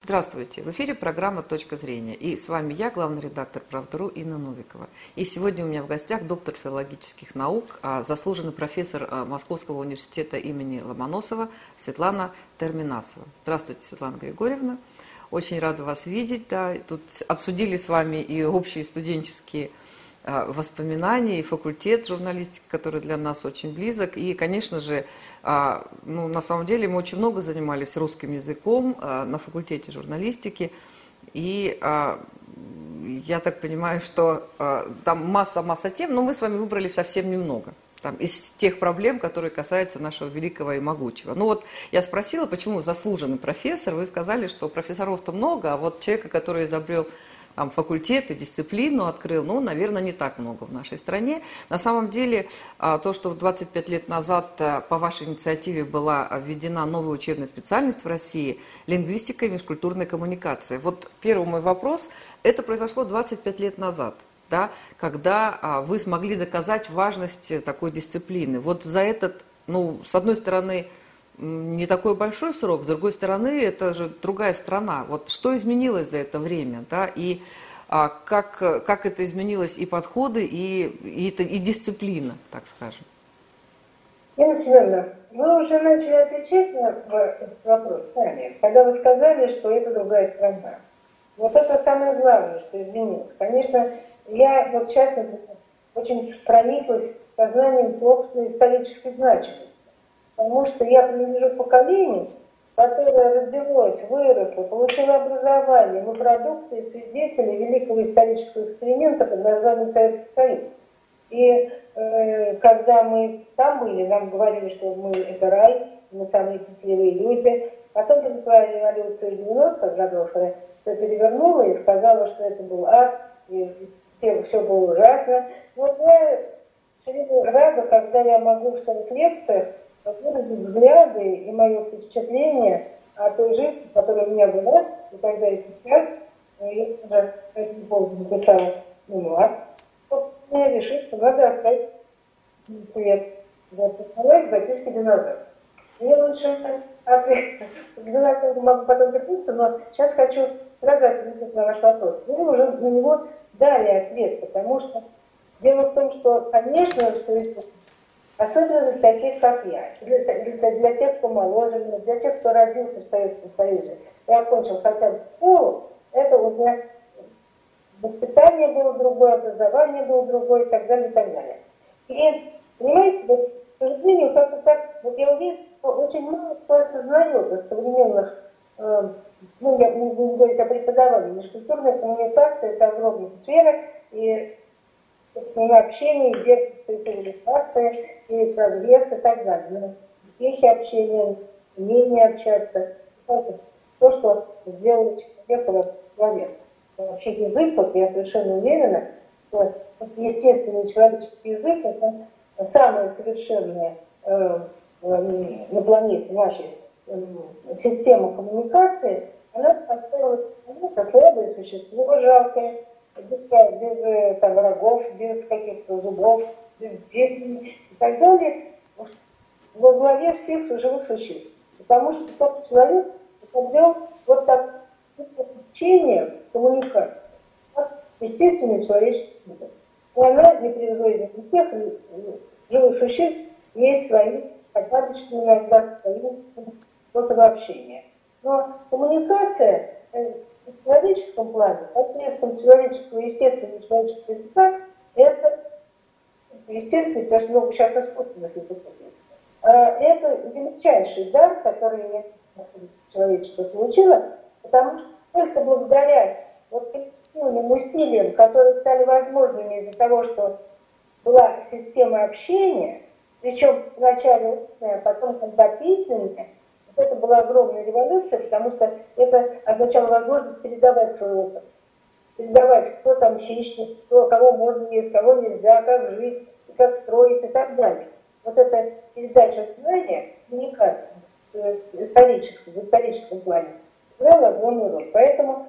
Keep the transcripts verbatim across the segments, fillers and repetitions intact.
Здравствуйте! В эфире программа «Точка зрения». И с вами я, главный редактор «Правда.ру» Инна Новикова. И сегодня у меня в гостях доктор филологических наук, заслуженный профессор Московского университета имени Ломоносова Светлана Терминасова. Здравствуйте, Светлана Григорьевна. Очень рада вас видеть. Да. Тут обсудили с вами и общие студенческие воспоминания, и факультет журналистики, который для нас очень близок. И, конечно же, ну, на самом деле мы очень много занимались русским языком на факультете журналистики. И я так понимаю, что там масса-масса тем, но мы с вами выбрали совсем немного. Там, из тех проблем, которые касаются нашего великого и могучего. Ну вот я спросила, почему заслуженный профессор, вы сказали, что профессоров-то много, а вот человека, который изобрел там, факультет и дисциплину открыл, ну, наверное, не так много в нашей стране. На самом деле, то, что в двадцать пять лет назад по вашей инициативе была введена новая учебная специальность в России – лингвистика и межкультурная коммуникация. Вот первый мой вопрос – это произошло двадцать пять лет назад. Да, когда вы смогли доказать важность такой дисциплины. Вот за этот, ну, с одной стороны, не такой большой срок, с другой стороны, это же другая страна. Вот что изменилось за это время, да, и а, как, как это изменилось и подходы, и, и, и дисциплина, так скажем. Инна Семеновна, вы уже начали отвечать на этот вопрос сами, когда вы сказали, что это другая страна. Вот это самое главное, что изменилось. Конечно, я вот сейчас очень прониклась сознанием собственной исторической значимости, потому что я принадлежу к поколению, которое родилось, выросло, получило образование, мы продукты и свидетели великого исторического эксперимента под названием Советский Союз. И э, когда мы там были, нам говорили, что мы это рай, мы самые счастливые люди. Потом пришла революция девяностых годов, все перевернула и сказала, что это был ад, и все, все было ужасно. Вот я все время рада, когда я могу в своих лекциях выразить взгляды и мое впечатление о той жизни, которая у меня была, и тогда и сейчас. Я уже по этому поводу написала мемуар. Я решила, что надо оставить свет. Вот, представляете, записки динозавров. Мне лучше динозавров могу потом вернуться, но сейчас хочу сразу ответить на ваш вопрос. Вы уже на него дали ответ, потому что дело в том, что, конечно, что это, особенно для таких, как я, для, для, для тех, кто моложе меня, для тех, кто родился в Советском Союзе и окончил хотя бы школу, это уже воспитание было другое, образование было другое и так далее, и так далее. И, понимаете, вот, к сожалению, как-то так, вот я уверена, что очень мало кто осознает из современных, э, ну, я не буду говорить о преподавании, межкультурная коммуникация – это огромная сфера, и собственно, общение, и детство, и цивилизация, и прогресс, и так далее. Но успехи общения, умение общаться – это то, что сделало человека в голове. Вообще язык, вот я совершенно уверена, что естественный человеческий язык – это самая совершенная э, э, на планете наша э, система коммуникации. Она поставила человека слабое существо, жалкое, без, без там, врагов, без каких-то зубов, без бедных и так далее, во главе всех живых существ. Потому что тот человек обрел вот так учение коммуникации, как естественный человеческий язык. И она не производит у всех живых существ есть свои загадочные иногда свои способы общения. Но коммуникация в человеческом плане, посредством человеческого, естественного человеческого языка, это естественно, потому что много сейчас искусственных языков есть. Это величайший дар, который человечество получило, потому что только благодаря вот коллективным усилиям, которые стали возможными из-за того, что была система общения, причем вначале устная, а потом когда письменная, вот это была огромная революция, потому что это означало возможность передавать свой опыт. Передавать, кто там хищник, кто, кого можно есть, кого нельзя, как жить, как строить и так далее. Вот эта передача знания уникальна в историческом, в историческом плане играла огромную роль. Поэтому,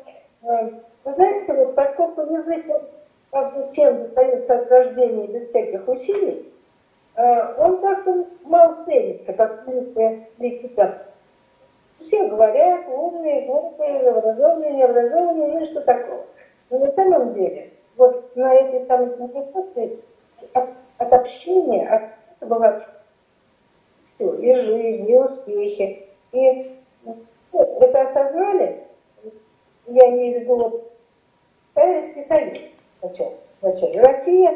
вы знаете, вот поскольку язык как бы тем достается от рождения без всяких усилий, он как-то мало ценится, как великая ликвидация. все говорят, умные, глупые, образованные, необразованные, ну и что такого. Но на самом деле, вот на этой самой коммуникации от, от общения, от способа все, и жизнь, и успехи. И ну, это осознали, я имею в виду вот Советский Союз вначале. вначале. Россия,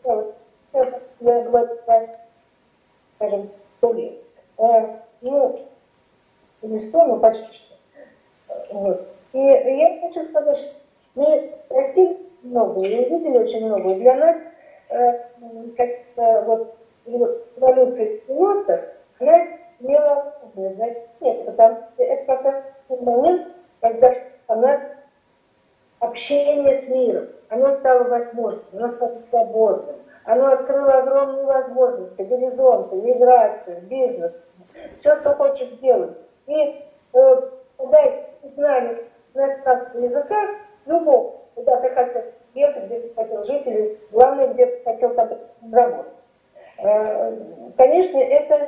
скажем, сто лет. А, ну, не сто, но почти что. Вот. И я хочу сказать, что мы простили много и увидели очень много. И для нас э, как вот революция девяностых, она имела нет, потому что это как раз тот момент, когда она общение с миром, оно стало возможным, оно стало свободным, оно открыло огромные возможности, горизонты, миграцию, бизнес, все, что хочешь делать. И э, когда знали иностранного языка, любого, куда ты хотел ехать, где ты хотел жить, или главное, где ты хотел там работать. Э, конечно, это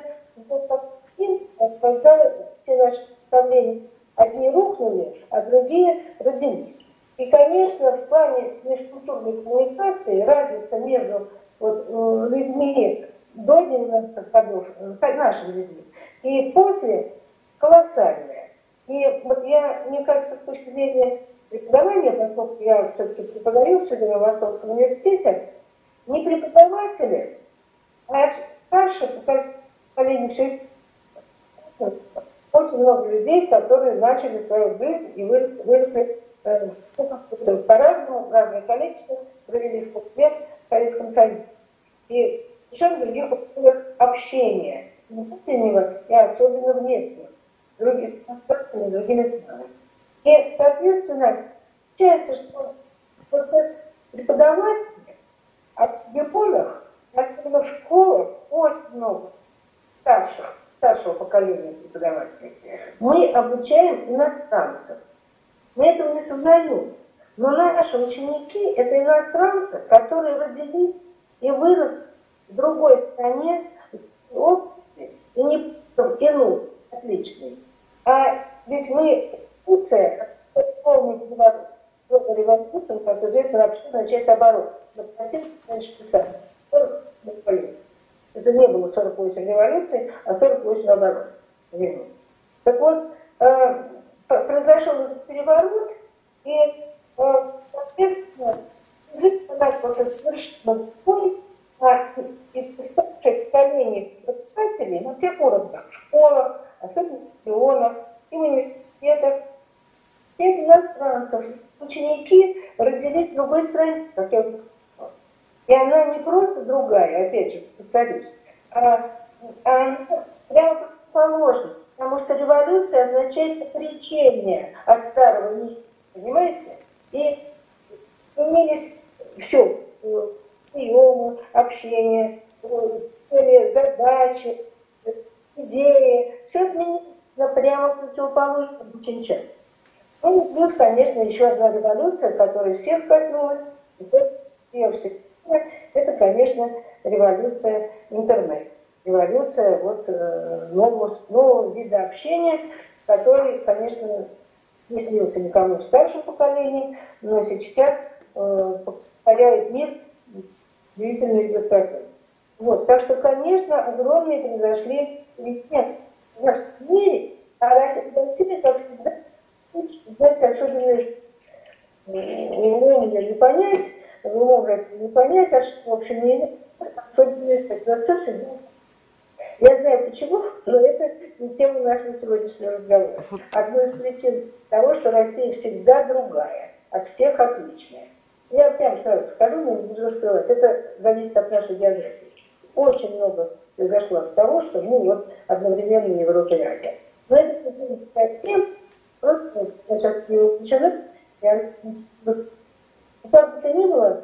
когда все наши представления одни рухнули, а другие родились. И, конечно, в плане межкультурной коммуникации разница между вот, людьми до девяностых годов, нашими людьми, и после колоссальная. И вот я, мне кажется, с точки зрения преподавания, поскольку я все-таки преподаю все время в Московском университете, не преподаватели, а старшее поколение, все очень много людей, которые начали свою жизнь и выросли, выросли э, по-разному, разное количество, провели сколько лет в Советском Союзе. И еще в других условиях общения, внутреннего и особенно внешнего, с другими, с другими странами. И, соответственно, получается, что процесс преподавания от дипломах, особенно в школах, очень много старших, старшего поколения преподавателей. Мы обучаем иностранцев. Мы этого не сознаем. Но наши ученики – это иностранцы, которые родились и выросли в другой стране, в обществе, и не кинул отличный. А ведь мы, Турция, полный переворот, революция, как известно, вообще означает оборот. Мы просили, раньше писали, это не было сорок восемь революций, а сорок восемь оборот. Так вот, э, произошел этот переворот, и, э, соответственно, язык начался совершенно другой, а и старшее поколение преподавателей на всех уровнях, в школах, особенно в регионах, и в университетах, всех иностранцев, ученики родились в другой стране, как я уже сказала. И она не просто другая, опять же, повторюсь, а, а она прямо противоположна. Потому что революция означает отречение от старого мира, понимаете? И изменились все, приемы, общение, цели, задачи, идеи, все изменилось на прямо противоположном очень часто. Ну и плюс, конечно, еще одна революция, которая всех коснулась, ее всех, это, конечно, революция интернета. Революция вот, э, нового, нового вида общения, который, конечно, не снился никому в старшем поколении, но сейчас э, покоряет мир удивительной быстротой. Вот, так что, конечно, огромные произошли нет, в мире, а Россия, как всегда, знаете, особенность умом не понять, умом России не понять, а что, в общем, не особенность, это всегда. Я знаю почему, но это не тема нашего сегодняшнего разговора. Одна из причин того, что Россия всегда другая, от всех отличная. Я прямо сразу скажу, но не буду скрывать, это зависит от нашей географии. Очень много произошло от того, что мы вот одновременно в Европе и Азии. Но это совсем просто, я сейчас его включаю, я, как бы то ни было,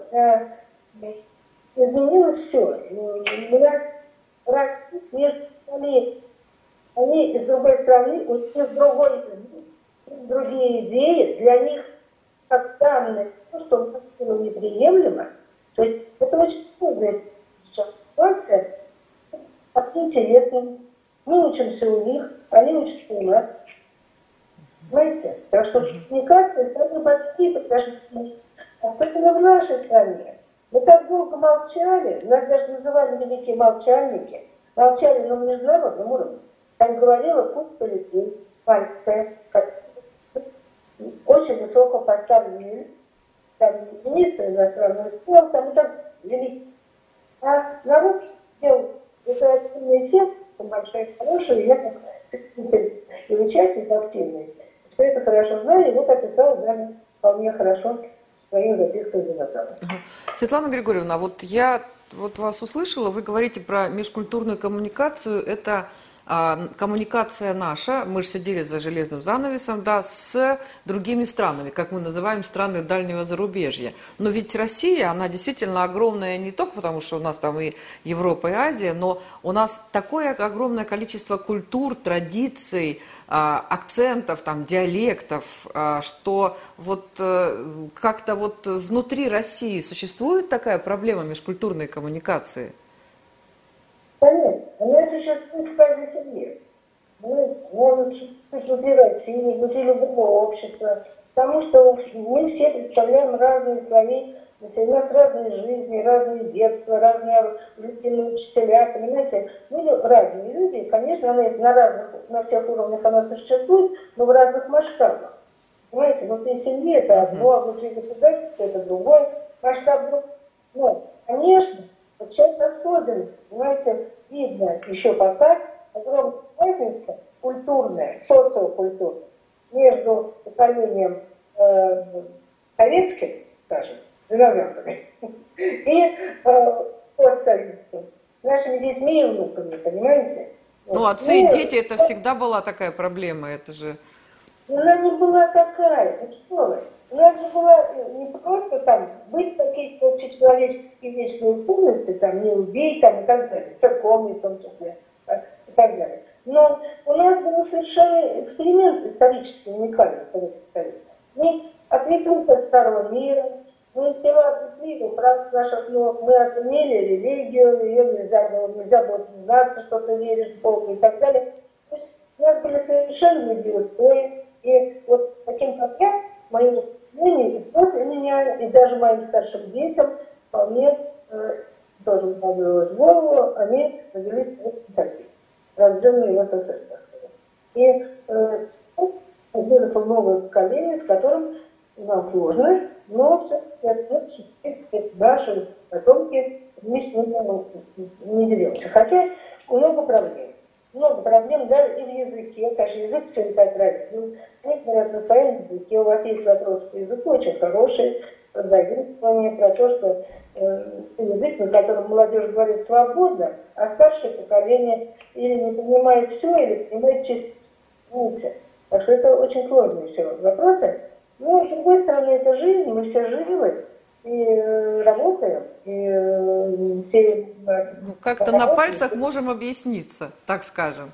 изменилось все. У нас между страны, они из другой страны, у них другой, другие идеи, для них как данное, то, что было неприемлемо. То есть это очень трудная сейчас ситуация, как интересно. Мы учимся у них, они учатся у нас. Понимаете? Так что коммуникации самые большие, потому что, особенно в нашей стране, мы так долго молчали, нас даже называли великие молчальники, молчали на международном уровне. Как говорила куча людей, маленькая, очень высоко поставленные там, министры иностранных дел, там и так великие. А народ делал декларативные тексты, большая хорошая, и я как секретарь и участник активный, все это хорошо знаю, и вот описал даже вполне хорошо в своих записках динозавров. Светлана Григорьевна, вот я вот вас услышала, вы говорите про межкультурную коммуникацию, это а, коммуникация наша, мы же сидели за железным занавесом, да, с другими странами, как мы называем страны дальнего зарубежья. Но ведь Россия, она действительно огромная не только потому, что у нас там и Европа, и Азия, но у нас такое огромное количество культур, традиций, а, акцентов, там, диалектов, а, что вот а, как-то вот внутри России существует такая проблема межкультурной коммуникации? Конечно, она существует в каждой семье. Мы можем существовать внутри России, внутри любого общества, потому что мы все представляем разные слои, у нас разные жизни, разные детства, разные любимые учителя, понимаете? Мы разные люди, и, конечно, она на разных, на всех уровнях она существует, но в разных масштабах. Понимаете, внутри семьи это одно, а внутри государства это другой масштаб. Но, конечно, вот сейчас особенно, понимаете, видно еще пока огромная разница культурная, социокультурная между поколением э, советским, скажем, динозаврами, и э, постсоветским, нашими детьми и внуками, понимаете? Ну, отцы и дети, это всегда была такая проблема, это же... Она не была такая, ну что вы. У нас же была не просто там быть какие-то общечеловеческие вечные условности, там не убей, там и так далее, церковные в том числе, и так далее. Но у нас был совершенно эксперимент исторически уникальный в Советском Союзе. Мы отвлеклись от старого мира, мы все объяснили прав наших ног, мы отменили религию, ее нельзя было, нельзя было признаться, что ты веришь в Бога и так далее. То есть у нас были совершенно другие устои, и вот таким как я, моим мнением, и после меня, и даже моим старшим детям, вполне э, тоже укладывалось в голову, они родились в Советском Союзе, рожденные в СССР, так сказать. И э, выросло новое поколение, с которым нам сложно, но все-таки наши потомки вместе не деремся. Хотя много проблем. Много проблем, да, и в языке, конечно, язык все не так развил. Они говорят на своем языке, у вас есть вопрос по языку очень хороший, продавительствование, про то, что э, язык, на котором молодежь говорит свободно, а старшее поколение или не понимает все, или понимает частично. Так что это очень сложные все вопросы. Но, с другой стороны, это жизнь, мы все живы, и э, работаем, и э, все... Ну, как-то на пальцах можем объясниться, так скажем.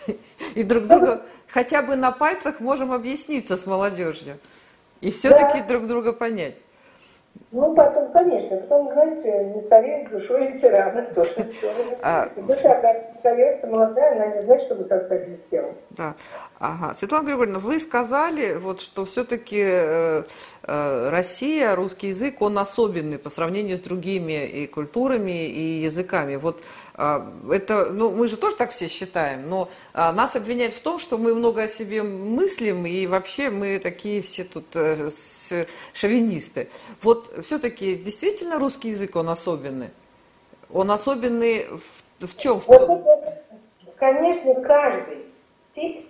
И друг друга, хотя бы на пальцах можем объясниться с молодежью. И все-таки да. друг друга понять. Ну, потом, конечно, потом, знаете, не стареет душой ветерана тоже. А... Душа, как остается молодая, она не знает, чтобы создать из тела. Да. Ага. Светлана Григорьевна, вы сказали, вот, что все-таки э, э, Россия, русский язык, он особенный по сравнению с другими и культурами, и языками. Вот э, это, ну, мы же тоже так все считаем, но э, нас обвиняют в том, что мы много о себе мыслим, и вообще мы такие все тут э, с, шовинисты. Вот все-таки действительно русский язык, он особенный? Он особенный в, в чем? В вот это, конечно, каждый тип,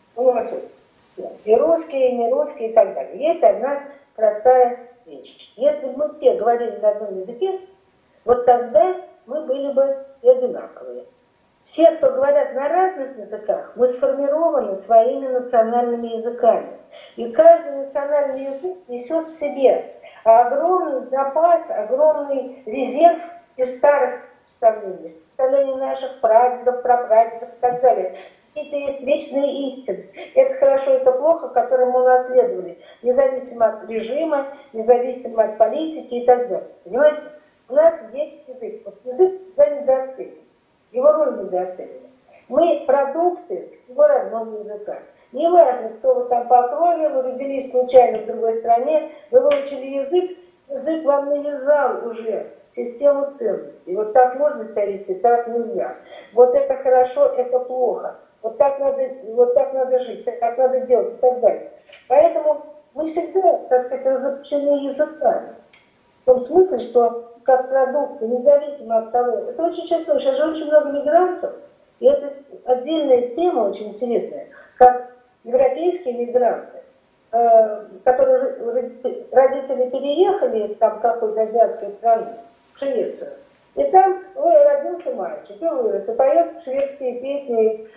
и русские, и не русские, и так далее. Есть одна простая вещь. Если бы мы все говорили на одном языке, вот тогда мы были бы одинаковые. Все, кто говорят на разных языках, мы сформированы своими национальными языками. И каждый национальный язык несет в себе огромный запас, огромный резерв из старых представлений, представлений наших прадедов, прапрадедов и так далее. Это есть вечные истины. Это хорошо, это плохо, которые мы унаследовали, независимо от режима, независимо от политики и так далее. Понимаете? У нас есть язык. Вот язык всегда недооценен. Его роль недооценена. Мы продукты его родного языка. Неважно, кто вы там по крови, вы родились случайно в другой стране, вы выучили язык, язык вам навязал уже систему ценностей. Вот так можно себя вести, так нельзя. Вот это хорошо, это плохо. Вот так надо, вот так надо жить, так надо делать и так далее. Поэтому мы всегда, так сказать, разобщены языками. В том смысле, что как продукты, независимо от того, это очень часто, сейчас же очень много мигрантов, и это отдельная тема очень интересная, как европейские мигранты, э, которые родители переехали из там какой-то азиатской страны в Швецию, и там ой, родился мальчик, и вырос, и поет шведские песни,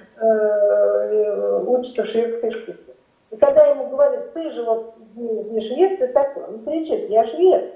э, учится в шведской школе. И когда ему говорят, ты же вот не швед, ты такой, он кричит, я швед.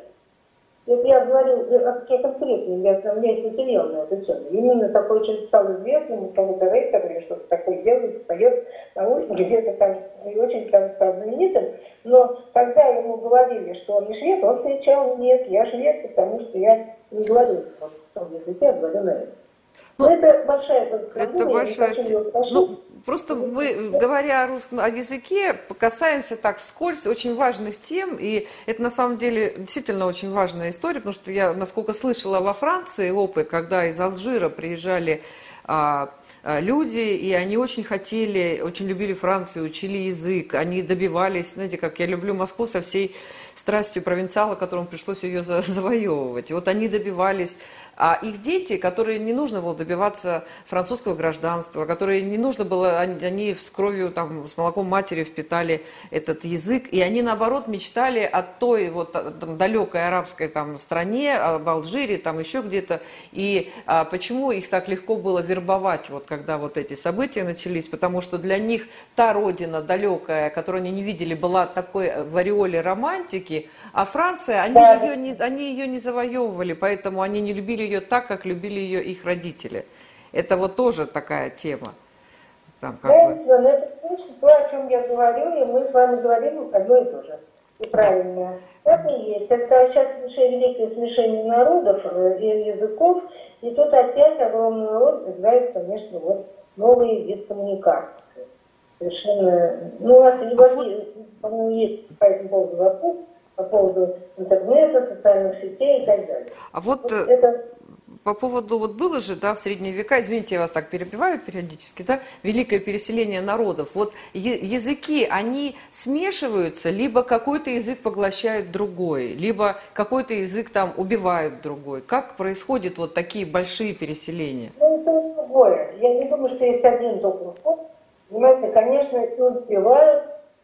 Это я говорю о таких конкретных, я, у меня есть материал на эту тему. Именно такой очень стал известным, у кого-то рэпер или что-то такое делает, поет на улице, где-то там, и очень там стал знаменитым. Но когда ему говорили, что он не швед, он кричал, нет, я швед, потому что я не говорю вот, в том языке, я говорю на этом. Ну, это большая это большая ну, просто мы, говоря о русском о языке, касаемся так вскользь очень важных тем, и это на самом деле действительно очень важная история, потому что я, насколько слышала во Франции опыт, когда из Алжира приезжали а, люди, и они очень хотели, очень любили Францию, учили язык, они добивались, знаете, как я люблю Москву со всей страстью провинциала, которому пришлось ее завоевывать. И вот они добивались, а их дети, которые не нужно было добиваться французского гражданства, которые не нужно было, они с кровью, там, с молоком матери впитали этот язык, и они, наоборот, мечтали о той вот там, далекой арабской там, стране, об Алжире, там еще где-то. И а, почему их так легко было вербовать, вот когда вот эти события начались? Потому что для них та родина далекая, которую они не видели, была такой в ореоле романтики, а Франция, они да. же ее не, они ее не завоевывали, поэтому они не любили ее так, как любили ее их родители. Это вот тоже такая тема. Там, как да, бы... это точно то, о чем я говорю, и мы с вами говорим одно и то же. И правильно. Так и есть. Это сейчас великое смешение народов и языков, и тут опять огромный род играет, конечно, вот новый вид коммуникации. Совершенно... Ну, у нас и вот, по-моему, есть по этому поводу вопрос, по поводу интернета, социальных сетей и так далее. А вот, вот это... по поводу, вот было же, да, в средние века, извините, я вас так перебиваю периодически, да, великое переселение народов. Вот языки, они смешиваются, либо какой-то язык поглощает другой, либо какой-то язык там убивает другой. Как происходят вот такие большие переселения? Ну, это другое. Я не думаю, что есть один только вход. Понимаете, конечно, и убивают,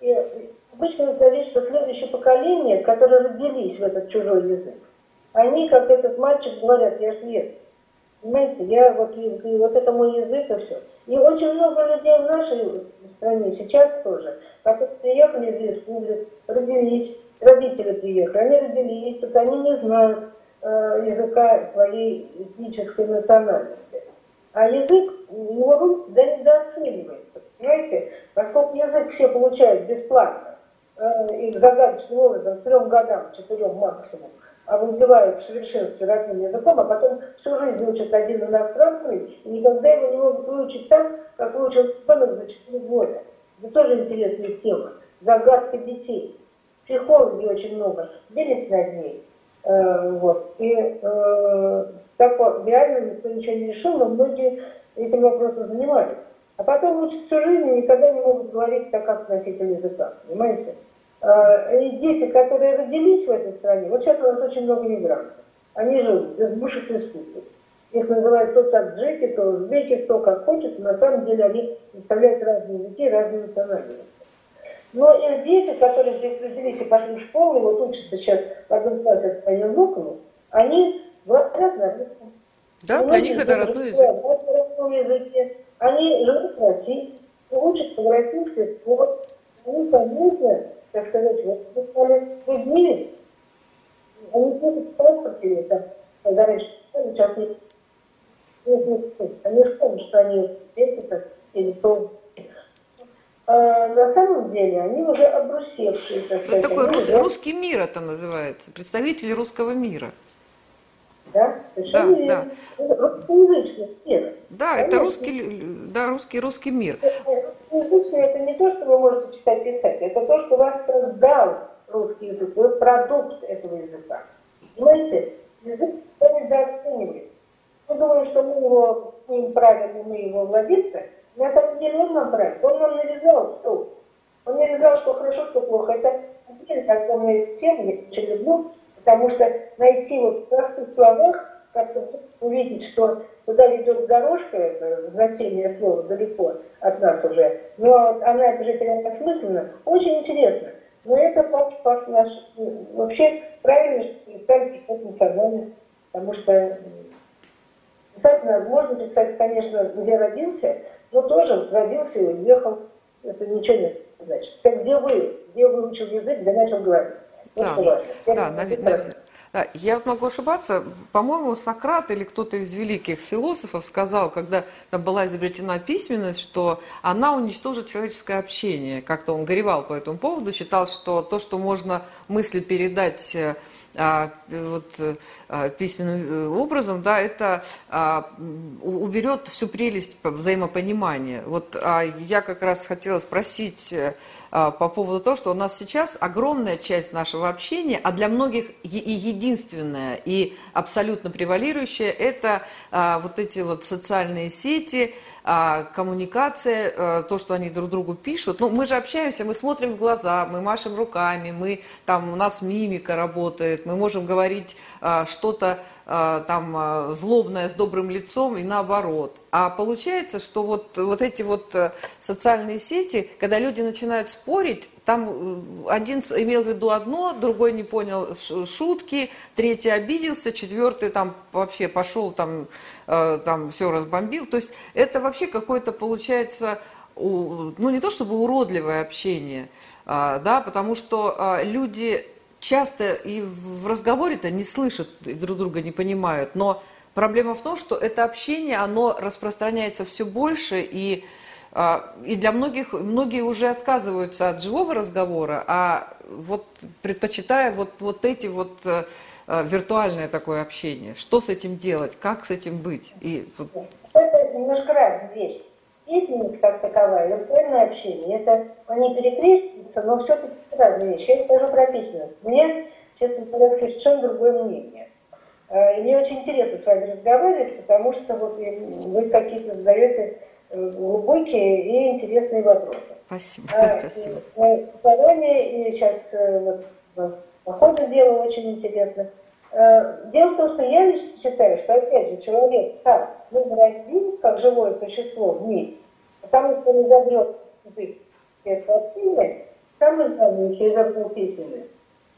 и обычно это зависит, что следующее поколение, которые родились в этот чужой язык, они, как этот мальчик, говорят, я швед. Понимаете, я вот, и, вот это мой язык и все. И очень много людей в нашей стране сейчас тоже, которые приехали из республик, родились, родители приехали, они родились, только они не знают э, языка своей этнической национальности. А язык, его роль всегда недооценивается. Понимаете, поскольку язык все получают бесплатно, э, и загадочным образом, к трем годам, четырем максимум, овладевают в совершенстве родным языком, а потом всю жизнь учат один иностранный, и никогда его не могут выучить так, как выучил ребенок за четыре года. Это тоже интересная тема. Загадка детей. Психологи очень много делись над ней. Э, вот. И э, так вот, реально никто ничего не решил, но многие этим вопросом занимались. А потом учат всю жизнь и никогда не могут говорить так, как носитель языка. Понимаете? И дети, которые родились в этой стране, вот сейчас у нас очень много мигрантов, они живут из бывших республик. Их называют то таджики, то узбеки, кто как хочет, но на самом деле они представляют разные языки, разные национальности. Но их дети, которые здесь родились и пошли в школу, и вот учатся сейчас в одном классе с моим внуком, они говорят на русском. Да, для них это родной язык. На родном языке. Они живут в России, учатся в российской школе, они, конечно, так сказать, вот вы стали людьми, они будут в транспорте, там, когда раньше, сейчас не, не, не, они скажут, что они это или то. А на самом деле они уже обрусевшие, так сказать. Это такой рус, уже... русский мир это называется, представители русского мира. Да, да, да. Русскоязычный мир. Да, это русский, да, русский, русский мир. Русский русскоязычный это не то, что вы можете читать, писать, это то, что вас создал русский язык, вы продукт этого языка. Понимаете, язык недооценивается. Мы думаем, что мы его умеем правильно, мы его владельцы. На самом деле он нам правит. Он нам навязал что? Он навязал, что хорошо, что плохо. Это отдельно огромная тема, я очень люблю, потому что найти вот в простых словах, как-то увидеть, что туда ведет дорожка, это значение слова далеко от нас уже, но она это же переосмыслена, очень интересно. Но это факт, факт наш. Вообще правильно, что стали писать национальность, потому что писать можно писать, конечно, где родился, но тоже родился и уехал. Это ничего не значит. Так где вы? Где выучил язык, где начал говорить? Да, да, наверное. Да, я вот могу ошибаться, по-моему, Сократ или кто-то из великих философов сказал, когда там была изобретена письменность, что она уничтожит человеческое общение. Как-то он горевал по этому поводу, считал, что то, что можно мысли передать а, вот, а, письменным образом, да, это а, уберет всю прелесть взаимопонимания. Вот а, я как раз хотела спросить а, по поводу того, что у нас сейчас огромная часть нашего общения, а для многих и единственная, и абсолютно превалирующая, это а, вот эти вот социальные сети, а, коммуникация, а, то, что они друг другу пишут. Ну, мы же общаемся, мы смотрим в глаза, мы машем руками, мы, там, у нас мимика работает, мы можем говорить а, что-то а, там а, злобное с добрым лицом и наоборот. А получается, что вот, вот эти вот социальные сети, когда люди начинают спорить, там один имел в виду одно, другой не понял шутки, третий обиделся, четвертый там вообще пошел, там, э, там все разбомбил. То есть это вообще какое-то получается, ну не то чтобы уродливое общение, э, да, потому что э, люди часто и в разговоре-то не слышат, друг друга не понимают, но проблема в том, что это общение, оно распространяется все больше, и И для многих, многие уже отказываются от живого разговора, а вот предпочитая вот, вот эти вот э, виртуальное такое общение. Что с этим делать? Как с этим быть? И вот... Это немножко разная вещь. Письменность как таковая, виртуальное общение, это они перекрещиваются, но все-таки разные вещи. Я скажу про письменность. Мне, честно говоря, совершенно другое мнение. И мне очень интересно с вами разговаривать, потому что вот вы какие-то задаете глубокие и интересные вопросы. Спасибо, а, спасибо. И, и, и сейчас вот, по ходу дела очень интересно. Дело в том, что я лично считаю, что опять же человек стал номер один, как живое существо в мире, потому что он изобрел язык это общение, самое главное, что изобрел письменность.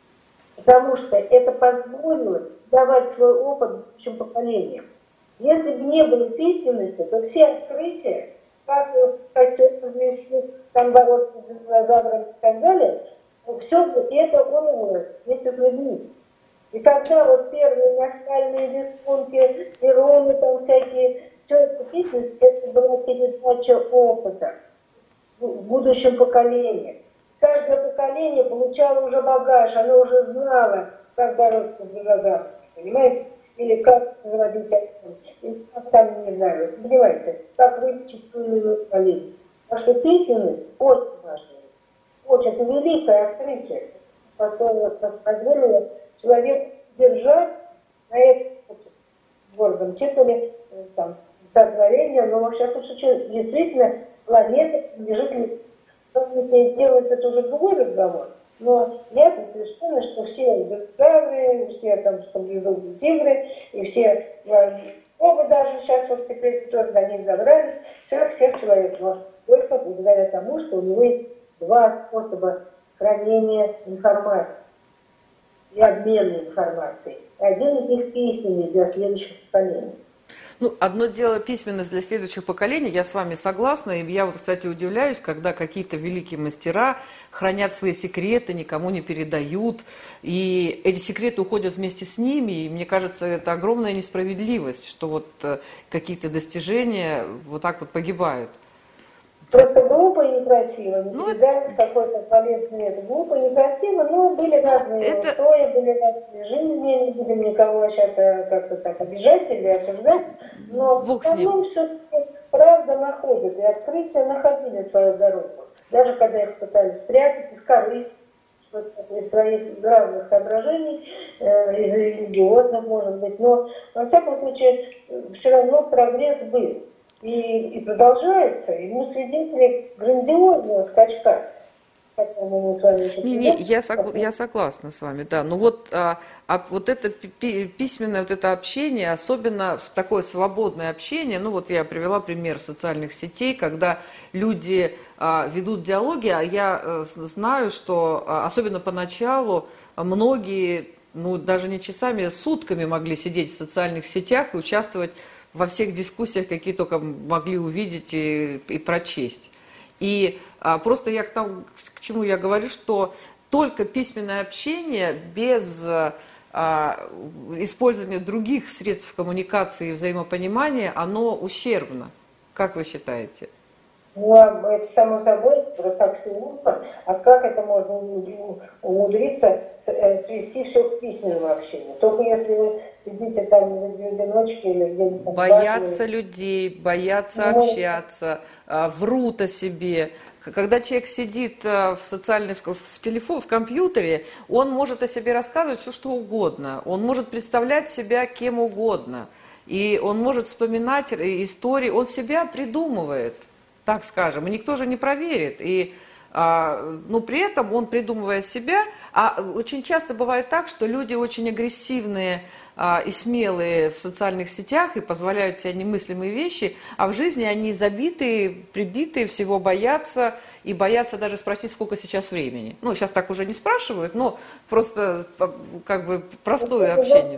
Потому что это позволило давать свой опыт будущим поколениям. Если бы не было письменности, то все открытия, как костер вместе, там бороться с динозаврами и так далее, все это умерло вместе с людьми. И когда вот первые наскальные рисунки, ироны там всякие, все это письменность, это была передача опыта в будущем поколении. Каждое поколение получало уже багаж, оно уже знало, как бороться с динозаврами, понимаете? Или как заводить акцент, или как там, не знаю, понимаете, как вылечить ту или иную болезнь. Так что письменность очень важна. Очень, это великое открытие, которое позволило человеку держать на этом городом титуле, там, сотворения, но во всяком случае, действительно, планета лежит ли. Если делать это уже другой разговор, но ясно совершенно, что все динозавры, все там саблезубые тигры, и все, оба даже сейчас вот теперь тоже до них добрались, все, всех человек, но только благодаря тому, что у него есть два способа хранения информации и обмена информацией. Один из них письменный для следующих поколений. Ну, одно дело письменность для следующих поколений, я с вами согласна, и я вот, кстати, удивляюсь, когда какие-то великие мастера хранят свои секреты, никому не передают, и эти секреты уходят вместе с ними, и мне кажется, это огромная несправедливость, что вот какие-то достижения вот так вот погибают. Просто глупо и некрасиво. Не Ну, передать какой-то полезный это. Глупо и некрасиво, но были разные это... устои, были разные жизни. Не будем никого сейчас как-то так обижать или осуждать. Но в Бог с ним. основном все-таки правда находит. И открытия находили свою дорогу. Даже когда их пытались спрятать, из корысти, из своих главных соображений, э, из религиозных, может быть. Но, во всяком случае, все равно прогресс был. И, и продолжается, и мы свидетели грандиозного скачка. Не, не, я, согла- я согласна с вами, да. Ну вот, а, а вот это пи- письменное вот это общение, особенно в такое свободное общение, ну вот я привела пример социальных сетей, когда люди а, ведут диалоги, а я а, знаю, что а, особенно поначалу многие, ну даже не часами, а сутками могли сидеть в социальных сетях и участвовать во всех дискуссиях, какие только могли увидеть и, и прочесть. И а, просто я к тому, к чему я говорю, что только письменное общение без а, использования других средств коммуникации и взаимопонимания, оно ущербно. Как вы считаете? Ну, это само собой, так все глупо. А как это можно умудриться свести все к письменному общению? Только если вы сидите там в одиночке или где-нибудь там. Боятся людей, боятся ну, общаться, врут о себе. Когда человек сидит в социальной, в телефоне, в компьютере, он может о себе рассказывать все, что угодно. Он может представлять себя кем угодно. И он может вспоминать истории, он себя придумывает, так скажем, и никто же не проверит. И, а, но при этом он, придумывая себя, а очень часто бывает так, что люди очень агрессивные а, и смелые в социальных сетях и позволяют себе немыслимые вещи, а в жизни они забитые, прибитые, всего боятся и боятся даже спросить, сколько сейчас времени. Ну, сейчас так уже не спрашивают, но просто как бы простое общение.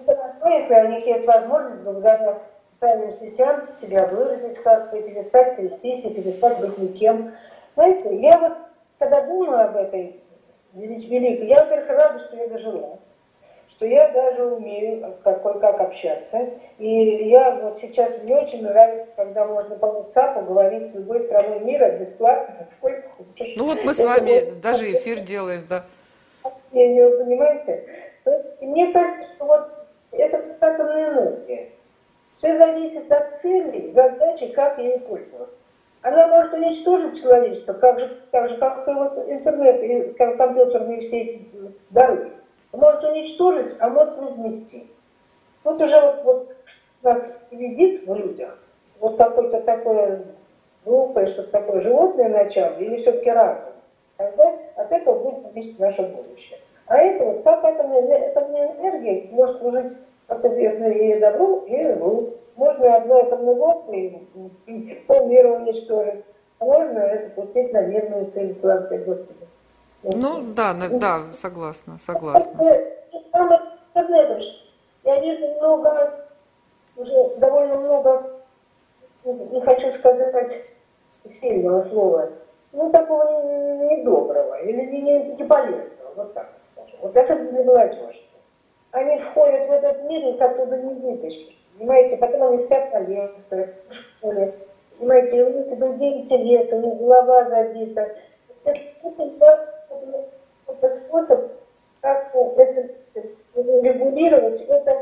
Если у них есть возможность благодаря социальным сетям себя выразить как-то, перестать трястись и перестать быть никем. Знаете, я вот, когда думаю об этой великой, я, во-первых, рада, что я дожила, что я даже умею кое-как общаться. И я вот сейчас мне очень нравится, когда можно по WhatsApp говорить с любой страной мира бесплатно, сколько хочешь. Ну вот мы с вами даже эфир делаем, да. Вы понимаете? Мне кажется, что вот это атомная энергия. Все зависит от цели, задачи, как ей пользоваться. Она может уничтожить человечество, как же, так же как и вот интернет, и компьютерные все эти дороги. Может уничтожить, а может возместить. Вот уже вот, вот нас видит в людях вот какое-то такое глупое, что-то такое животное начало, или все-таки разум. Тогда от этого будет зависеть наше будущее. А это вот как атомная, атомная энергия может служить, как известно, и добру, и злу. Можно одну атомную бомбу и, и полмира уничтожить, а можно это пустить на мирную цель, слава тебе, Господи. Ну да, да, согласна, согласна. Я вижу много, уже довольно много, не хочу сказать сильного слова, ну такого недоброго или не, не полезного, вот так скажем. Вот это для молодежи. Они входят в этот мир, их оттуда не вытащишь. Понимаете, потом они спят на лекциях, в школе. Понимаете, у них другие интересы, у них голова забита. Это, это, это способ, как это регулировать, это,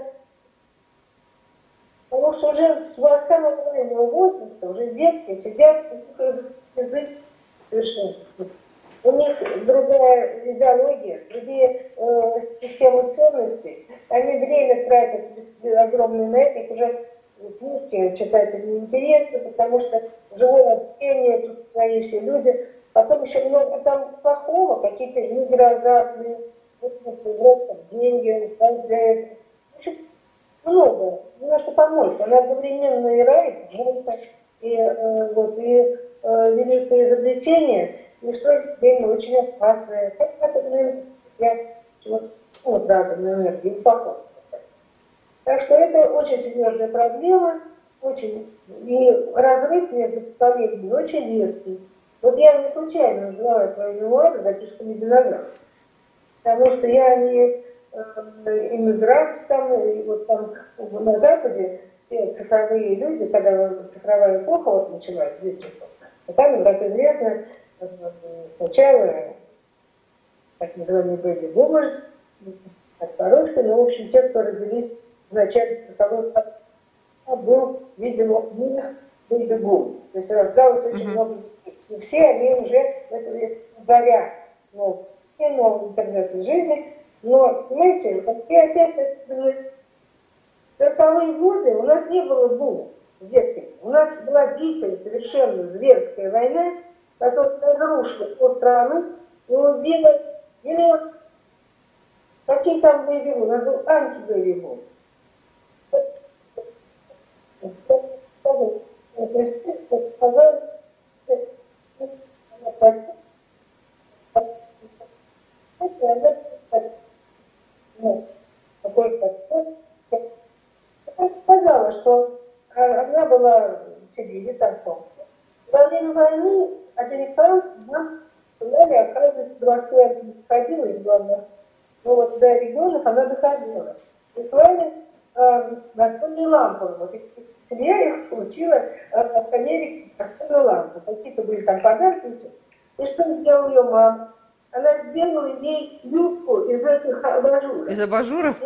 потому что уже с самого раннего возраста, уже детки сидят, язык совершенно. У них другая идеология, другие э, системы ценностей. Они время тратят огромное на это, их уже книжки читать неинтересно, потому что живое общение, тут свои все люди. Потом еще много там плохого, какие-то игры азартные, вот, деньги, для этого. В общем, много, немножко помочь. Она одновременно и рай, и, э, вот, и э, великое изобретение, и в то же время очень опасное. Как атомная энергия, вот атомная энергия, плохо. Так что это очень серьезная проблема, очень, и разрыв между поколениями очень резкий. Вот я не случайно называла свои мемуары «Записками винограда», потому что я не э, иммигрант там, и вот там на Западе все цифровые люди, когда цифровая эпоха вот началась, А там, как известно, сначала так называемый baby boomers, как по-русски, но, в общем, те, кто родились в начале сороковых годов, был, видимо, у них baby boom. То есть рождалось очень mm-hmm. много детей. И все они уже, это заря, ну, все новые интернетной жизни. Но, понимаете, и опять это сороковые годы у нас не было бума с детками. У нас была дикая, совершенно зверская война, которая разрушила полстраны и убила миллион. Какие там боевики? У нас был антибоевик. Такой подход. Я сказала, что она была в Сибири, там, во время войны американцы нам сказали, оказывается, до Москвы она не доходила, из главного, но вот до регионов она доходила. И с вами э, настольные лампы. Вот семья их получила э, от Америки настольную лампу. Какие-то были там подарки и все. И что сделала ее мама? Она сделала ей юбку из этих абажуров. Из абажуров?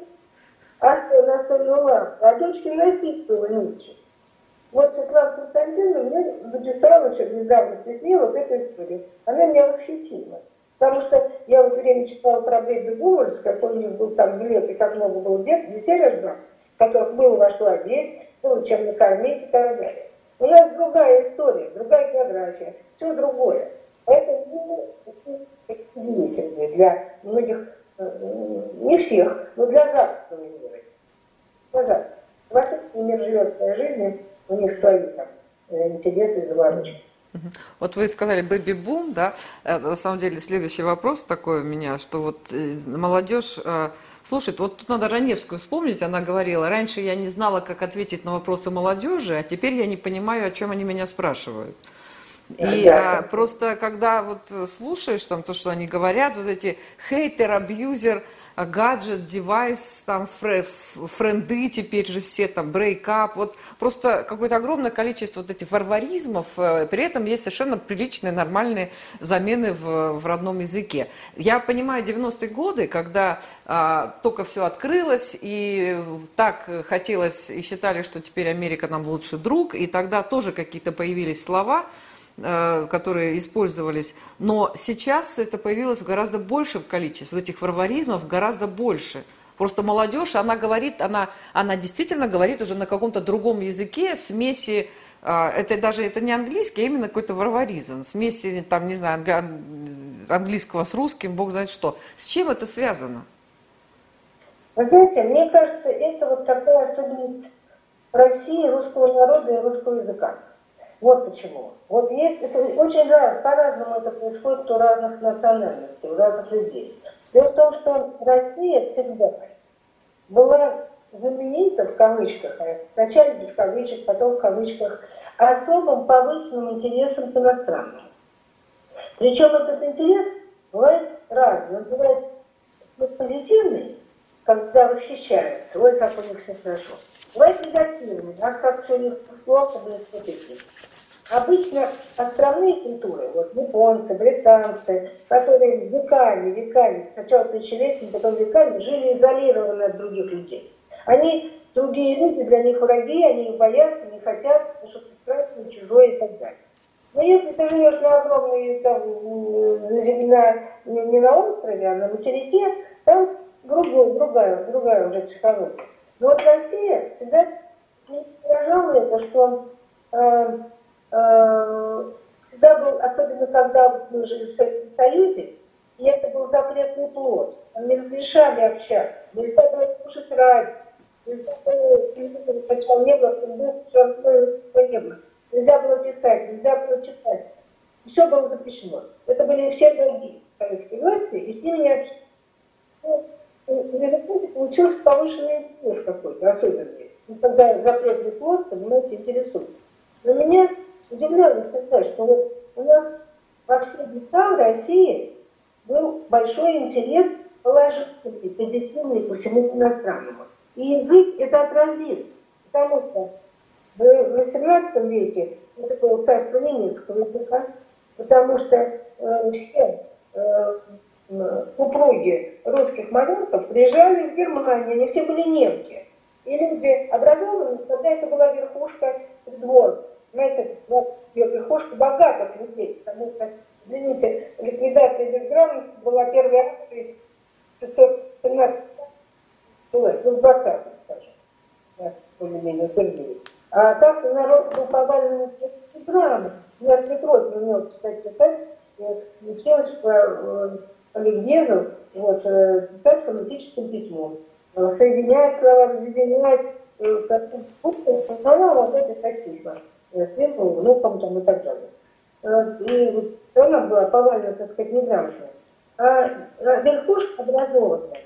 Настольную лампу. А дочке носить было нечего. Вот Светлана Константиновна мне написала еще недавно в письме вот эту историю. Она меня восхитила. Потому что я вот время читала про Бэби Бумерс, какой у них был там взлет и как много было детей рождалось, которых было во что одеть, было чем накормить и так далее. У нас другая история, другая география, все другое. Поэтому удивительно для многих, не всех, но для западного мира. Назад. Восточный мир живет своей жизнью, у них свои там интересы и заморочки. Вот вы сказали бэби-бум, да, на самом деле следующий вопрос такой у меня, что вот молодежь слушает, вот тут надо Раневскую вспомнить, она говорила, раньше я не знала, как ответить на вопросы молодежи, а теперь я не понимаю, о чем они меня спрашивают. И а, просто когда вот слушаешь там то, что они говорят, вот эти хейтер, абьюзер, гаджет, девайс, там фре, френды теперь же все, там брейкап, вот просто какое-то огромное количество вот этих варваризмов, при этом есть совершенно приличные, нормальные замены в, в родном языке. Я понимаю девяностые годы, когда а, только все открылось, и так хотелось, и считали, что теперь Америка нам лучший друг, и тогда тоже какие-то появились слова, которые использовались, но сейчас это появилось в гораздо большем количестве, вот этих варваризмов гораздо больше. Просто молодежь, она говорит, она, она действительно говорит уже на каком-то другом языке, смеси, это даже это не английский, а именно какой-то варваризм, смеси, там, не знаю, английского с русским, бог знает что. С чем это связано? Вы знаете, мне кажется, это вот такая особенность России, русского народа и русского языка. Вот почему. Вот есть, это очень раз, по-разному это происходит у разных национальностей, у разных людей. Дело в том, что Россия всегда была знаменита, в кавычках, вначале без кавычек, потом в кавычках, особым повышенным интересом к иностранному. Причем этот интерес бывает разный. Он бывает позитивный, когда восхищаются, ой, как у них все хорошо. Бывает негативный, а как все у них плохо, будет смотреть. Обычно островные культуры, вот японцы, британцы, которые веками, веками, сначала тысячелетиями, потом веками жили изолированно от других людей. Они, другие люди, для них враги, они их боятся, не хотят, потому что прекрасно, чужое и так далее. Но если ты живешь на огромной, там, на, не, не на острове, а на материке, там другая, другая, другая уже психология. Но вот Россия всегда выражала это, что э, э, всегда был, особенно когда мы жили в Советском Союзе, и это был запретный плод. Нам не разрешали общаться, нельзя было слушать радио, нельзя было, телевизор сначала не было, было, не было. Нельзя было писать, нельзя было читать. Все было запрещено. Это были все враги советской власти, и с ними не общались. В результате получился повышенный интерес какой-то, особенный. И когда запретный плод, понимаете, интересует. Но меня удивляло всегда, что вот у нас во все века в России был большой интерес положительный, позитивный по всему иностранному. И язык это отразил. Потому что В восемнадцатом веке это было царство немецкого языка, потому что э, все э, супруги русских малютов приезжали из Германии, они все были немки. И люди образованные, тогда это была верхушка придворных. Знаете, верхушка богатых людей, потому что, извините, ликвидация безграмотности была первой акцией в пятьсот семнадцатом, ну, в двадцатом, скажем, да, более-менее утвердились. А так народ был повален безграмотно. У меня свекровь не умела читать писать, и училась по ликбезу, вот, писать фонетическим письмом. Соединять слова, разъединять, она могла писать письма сверху, внукам там и так далее. И она была повально, так сказать, неграмотная. А верхушка образованная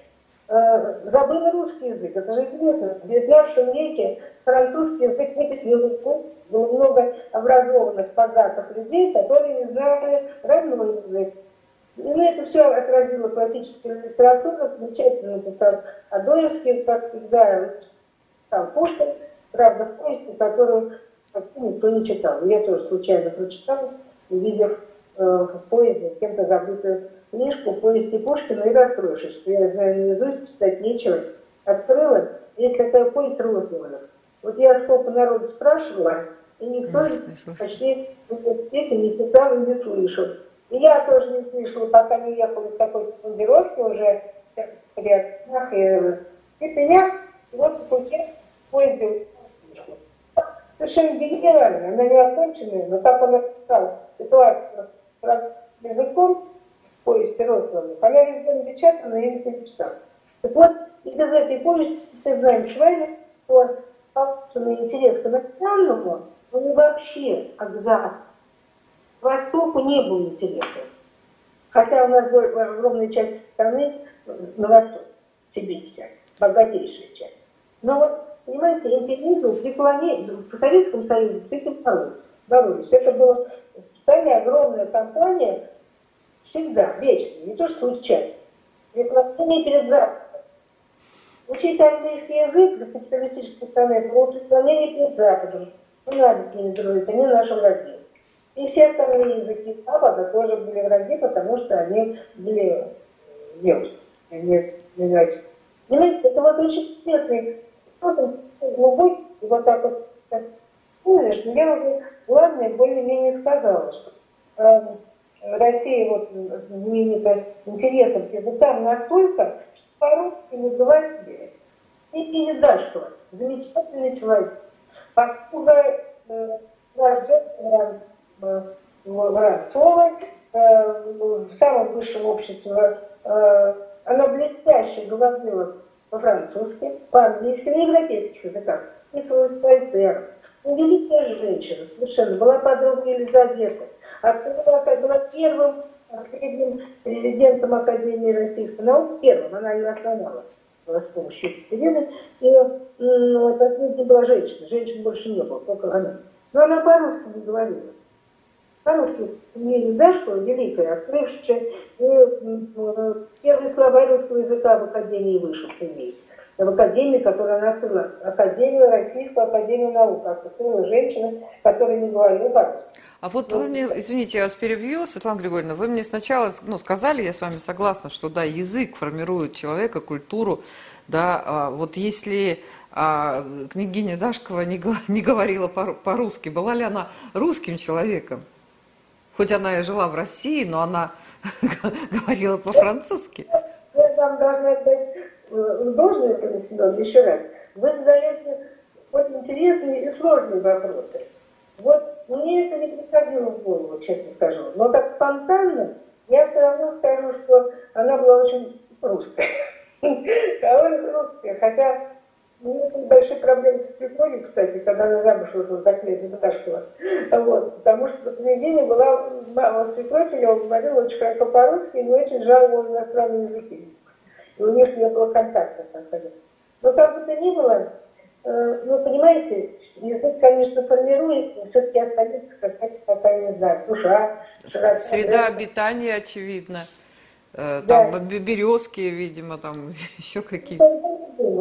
забыла русский язык. Это же известно. В девятнадцатом веке французский язык вытеснил русский. Было много образованных, богатых людей, которые не знали родной язык. И это все отразило классическая литература, замечательно написал Адоевский, как всегда, там Пушкин, правда, в повести, которую никто не читал. Я тоже случайно прочитала, увидев э, в поезде кем-то забытую книжку повести Пушкина и расстроившись, что я знаю наизусть, читать нечего. Открыла, есть такая повесть Росланов. Вот я сколько народу спрашивала, и никто почти песен не читал и не слышал. И я тоже не слышала, пока не ехала из какой-то командировки уже в рядах и степенях. И вот в пути в поезде книжку. Совершенно гениально, она не оконченная, но так он описал ситуацию с языком в повести Росланов. Она везде напечатана, я не перечитала. Так вот, из этой повести мы знаем Швейна, что повышенный интерес к национальному, он не вообще, а к Западу. К Востоку не было интереса. Хотя у нас была огромная часть страны на Востоке, Сибирь вся, богатейшая часть. Но вот, понимаете, интеллигенцию преклонение в Советском Союзе с этим боролись. боролись. Это была специальная огромная кампания, всегда, вечно, не то что случайно. Преклонение перед Западом. Учить английский язык за капиталистической страны, это было преклонение перед Западом. Не надо с ними дружить, они наши враги. И все остальные языки Запада тоже были враги, потому что они были девушки, они не носили. Понимаете, это вот очень интересный, кто-то глубокий, и вот так вот, помнишь, я уже главное более-менее сказала, что э, Россия вот знаменита интересом к языкам настолько, что по-русски не говорили. И Передашкова, замечательный человек, подруга э, рожденная Воронцова, э, в самом высшем обществе, э, она блестяще говорила по-французски, по-английски, на европейских языках. Писалась Вольтером. Великая женщина, совершенно, была подругой Елизаветы. Она была первым средним президентом Академии российской науки, первым, она ее основала с помощью Екатерины. И ну, это не была женщина, женщин больше не было, только она. Но она по-русски не говорила. По-русски Емеля Дашкова, великая, открывшая и первый словарь русского языка в Академии вышел имеет. В Академии, которую она открыла, Академию, Российскую Академию наук, открыла женщина, которая не говорила по-русски. А вот вы мне, извините, я вас перебью, Светлана Григорьевна, вы мне сначала, ну, сказали, я с вами согласна, что, да, язык формирует человека, культуру, да, а вот если а, княгиня Дашкова не, не говорила по-русски, была ли она русским человеком? Хоть она и жила в России, но она говорила по-французски. Я вам должна отдать должное, Семен, еще раз. Вы задаете очень интересные и сложные вопросы. Вот мне это не приходило в голову, честно скажу. Но так спонтанно я все равно скажу, что она была очень русская. Довольно русская. Хотя у меня были большие проблемы со свекровью, кстати, когда она замуж вышла за князя Дашкова. Вот, потому что княгиня была, мама свекровь, я говорила очень хорошо по-русски, и не очень жаловала иностранные языки. И у них не было контакта, так сказать. Но как бы то ни было, э, ну, понимаете, язык, конечно, формирует, но все-таки остается какая-то такая, не знаю, душа. Среда широта, обитания, очевидно. Э, там да. Березки, видимо, там еще какие-то.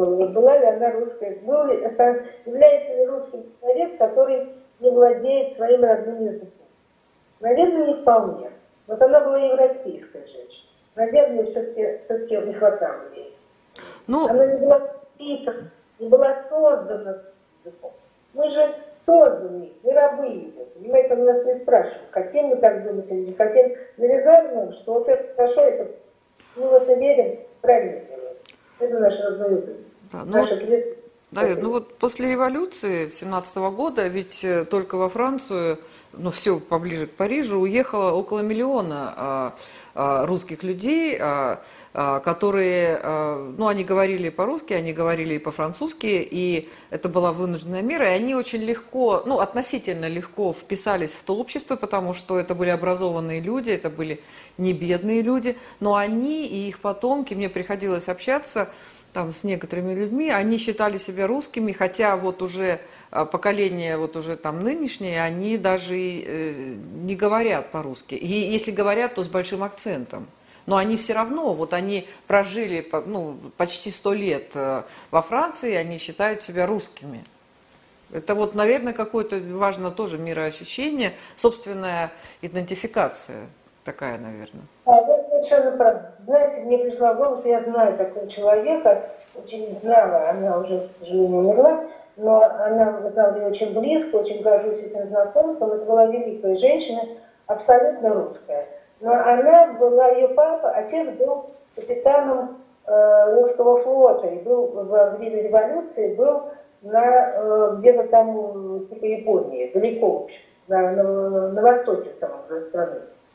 спрашивала, вот была ли она русская, был ли, является ли русский человек, который не владеет своим родным языком. Наверное, не вполне. Вот она была европейская женщина. Наверное, все-таки все-таки не хватало ей. Ну... Она не была воспитана, не была создана языком. Мы же созданы, мы рабы его. Понимаете, он нас не спрашивает, хотим мы так думать или не хотим. Нарезаем нам, что вот это хорошо, это мы в это верим, правильно делаем. Это наш родной язык. Да, ну, Давид, ну вот после революции семнадцатого года, ведь только во Францию, ну все поближе к Парижу, уехало около миллиона а, а, русских людей, а, а, которые, а, ну они говорили по-русски, они говорили и по-французски, и это была вынужденная мера, и они очень легко, ну относительно легко вписались в то общество, потому что это были образованные люди, это были не бедные люди, но они и их потомки, мне приходилось общаться там с некоторыми людьми, они считали себя русскими, хотя вот уже поколение вот уже там нынешнее, они даже и не говорят по-русски. И если говорят, то с большим акцентом. Но они все равно, вот они прожили ну, почти сто лет во Франции, они считают себя русскими. Это вот, наверное, какое-то важно тоже мироощущение, собственная идентификация. Такая, наверное. А, вы совершенно правы. Знаете, мне пришла в голову, я знаю такого человека, очень знала, она уже, к сожалению, умерла, но она знала ее очень близко, очень горжусь этим знакомством. Это была великая женщина, абсолютно русская. Но она была, ее папа, отец был капитаном э, русского флота, и был во время революции, был на э, где-то там, типа Японии, далеко, в общем, на, на, на востоке самой страны.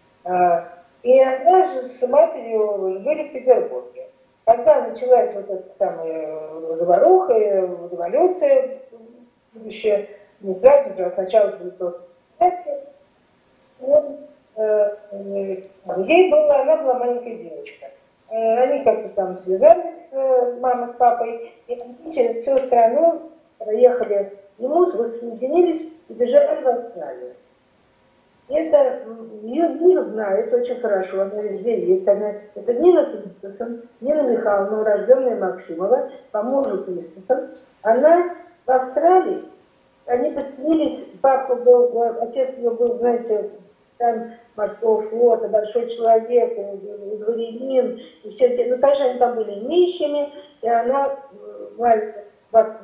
И она же с матерью жили в Петербурге. Когда началась вот эта самая заваруха, революция, будущее, не сразу же, а сначала вот, э, ей была, она была маленькая девочка. Они как-то там связались, мама с папой, и они через всю страну проехали ему, воссоединились и бежали в Австралию. Это Нина знает очень хорошо, она везде есть. Она, это Нина Кристофсон, Нина Михайловна, урожденная Максимова, по мужу Кристофсон. Она в Австралии, они поселились, папа был, отец ее был, знаете, там морского флота, большой человек, дворянин, и все это. Ну, конечно, они там были нищими, и она, маленькая,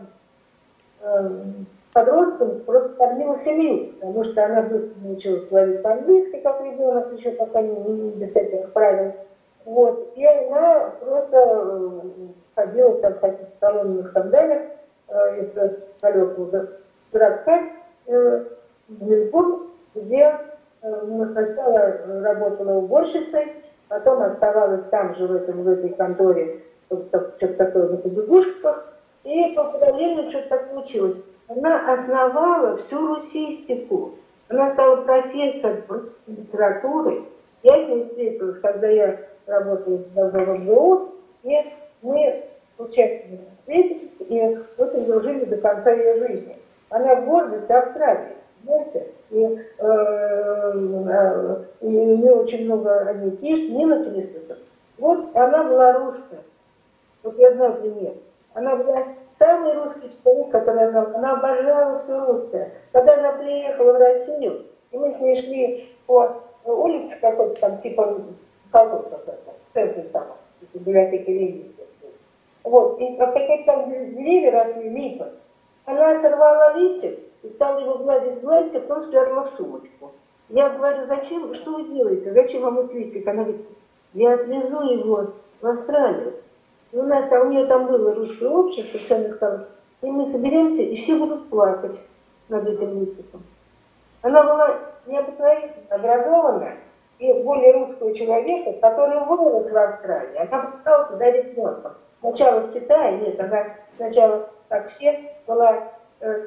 подростком просто кормила семью, потому что она быстро научилась говорить по-английски, как ребенок, еще пока не, не без всяких правил. Вот. И она просто ходила там в каких-то салонных сандалях э, из далекого городка э, в Мельбурн, где э, сначала работала уборщицей, потом оставалась там же в, этом, в этой конторе, что-то такое на побегушках, и по параллельно что-то так получилось. Она основала всю русистику. Она стала профессором литературы. Я с ней встретилась, когда я работала в МГУ, и мы случайно встретились, и вот дружили до конца ее жизни. Она гордость Австралии, понимаете? И, э, э, и у нее очень много они пишут, Нина Кристофсон. Вот она была русская. Вот я знаю пример. Она была самый русский человек, который она, она обожала все русское. Когда она приехала в Россию, и мы с ней шли по улице какой-то там, типа колодца какой-то, в центре самого, в библиотеке Ленина. Вот, и какие-то там деревья росли, липы. Она сорвала листик и стала его гладить, гладить, а потом спрятала в сумочку. Я говорю, зачем, что вы делаете, зачем вам этот листик? Она говорит, я отвезу его в Австралию. У нас там, у нее там было русское общество, что она сказала, и мы соберемся, и все будут плакать над этим листиком. Она была необыкновенно образованная и более русского человека, который вырос в Австралии. Она попала туда ребенком. Сначала в Китае, нет, она сначала, как все, была э,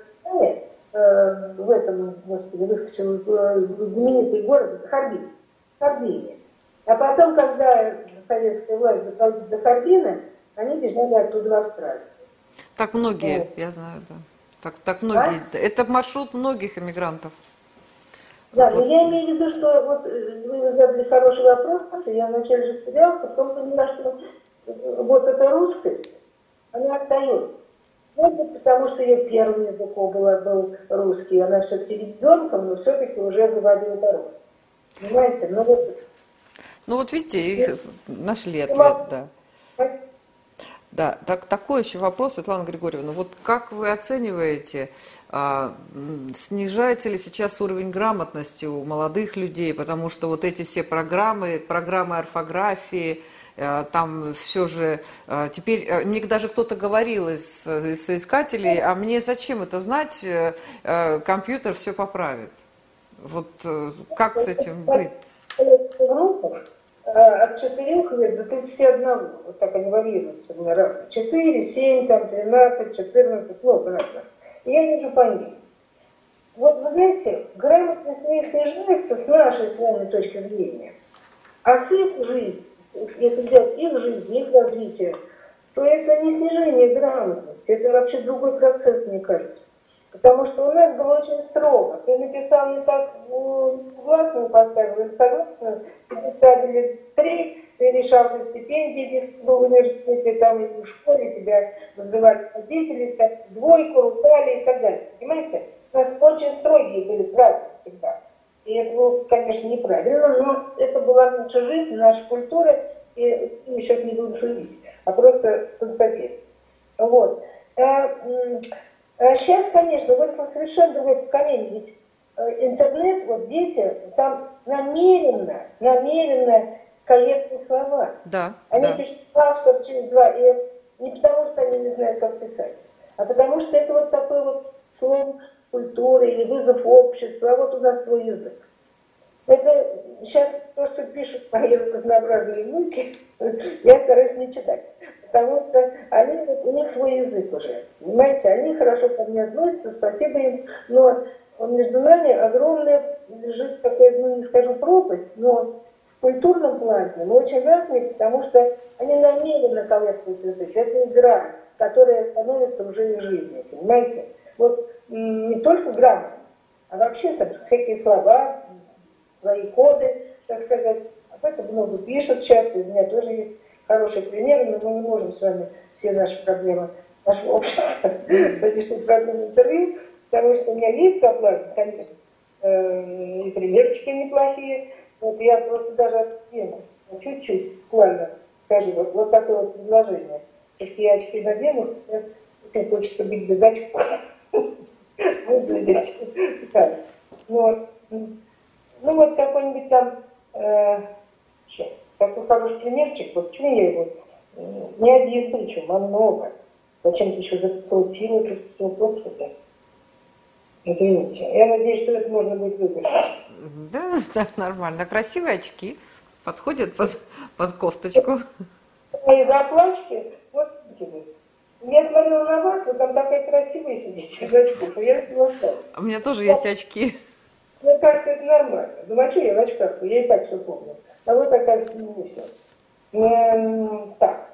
э, в этом, господи, выскочила в знаменитый город, Харбин, Харбине. А потом, когда советская власть доходила до Харбина, они бежали оттуда в Австралию. Так многие, вот. Я знаю, да. Так, так многие. А? Это маршрут многих иммигрантов. Да, вот. Но я имею в виду, что вот вы задали хороший вопрос, и я вначале же растерялась, а потом поняла, что вот эта русскость, она остается. Может быть, потому что ее первым языком был, был русский, она все-таки ребенком, но все-таки уже выводила дорогу. Понимаете? Ну вот, Ну вот видите, их нашли я ответ, могу да. сказать, Да, так, такой еще вопрос, Светлана Григорьевна. Вот как вы оцениваете, а, м, снижается ли сейчас уровень грамотности у молодых людей? Потому что вот эти все программы, программы орфографии, а, там все же... а, теперь а, мне даже кто-то говорил из, из соискателей, а мне зачем это знать, э, э, компьютер все поправит. Вот э, как с этим быть? группах э, от четырёх лет до тридцати одного, вот так они варьируются у меня разные. четыре, семь, там, тринадцать, четырнадцать, много разных. И я вижу по ним. Вот вы знаете, грамотность не снижается с нашей с вами точки зрения. А с их жизни, если взять их жизнь, их развитие, то это не снижение грамотности, это вообще другой процесс, мне кажется. Потому что у нас было очень строго. Ты написал не так гласную поставил, или согласную, тебе ставили три, ты лишался стипендии, был в университете, там или в школе, тебя вызывали родители, ставили двойку, ругали и так далее. Понимаете? У нас очень строгие были правила всегда. И это было, конечно, неправильно, но это была наша жизнь, наша культура, и ты еще не будешь судить, а просто констатировать. Вот. Сейчас, конечно, выросло совершенно другое поколение, ведь интернет, вот дети, там намеренно, намеренно корректные слова. Да, Они да. пишут автор через два, и не потому, что они не знают, как писать, а потому что это вот такой вот слом культуры или вызов общества, а вот у нас свой язык. Это сейчас то, что пишут мои разнообразные внуки, я стараюсь не читать. Потому что они, у них свой язык уже. Понимаете, они хорошо ко мне относятся, спасибо им. Но между нами огромная лежит такая, ну не скажу пропасть, но в культурном плане мы очень разные, потому что они намеренно коверкают язык. Это игра, которая становится уже их жизнью. Понимаете? Вот не только грамотность, а вообще там всякие слова, свои коды, так сказать. Об этом много пишут сейчас, и у меня тоже есть хорошие примеры, но мы не можем с вами все наши проблемы нашего общества записать в одном интервью, потому что у меня есть соблазн, конечно, и примерчики неплохие. Вот я просто даже чуть-чуть буквально скажу, вот, вот такое вот предложение. Если я очки надену, мне хочется быть без очков. Выглядеть так. Но, ну вот какой-нибудь там, э, сейчас, такой хороший примерчик, вот почему я его, не один причем, а много. Зачем-то еще закрутила, тут все, господи. Извините. Я надеюсь, что это можно будет выписать. Да, да, нормально. Красивые очки. Подходят под, под кофточку. Мои заплачки, вот я смотрела на вас, вы там такая красивая сидите, без очков, и я согласилась. У меня тоже есть очки. Мне кажется, это нормально. Думаю, что я в очках, я и так все помню. А вот такая не все. Эм, так.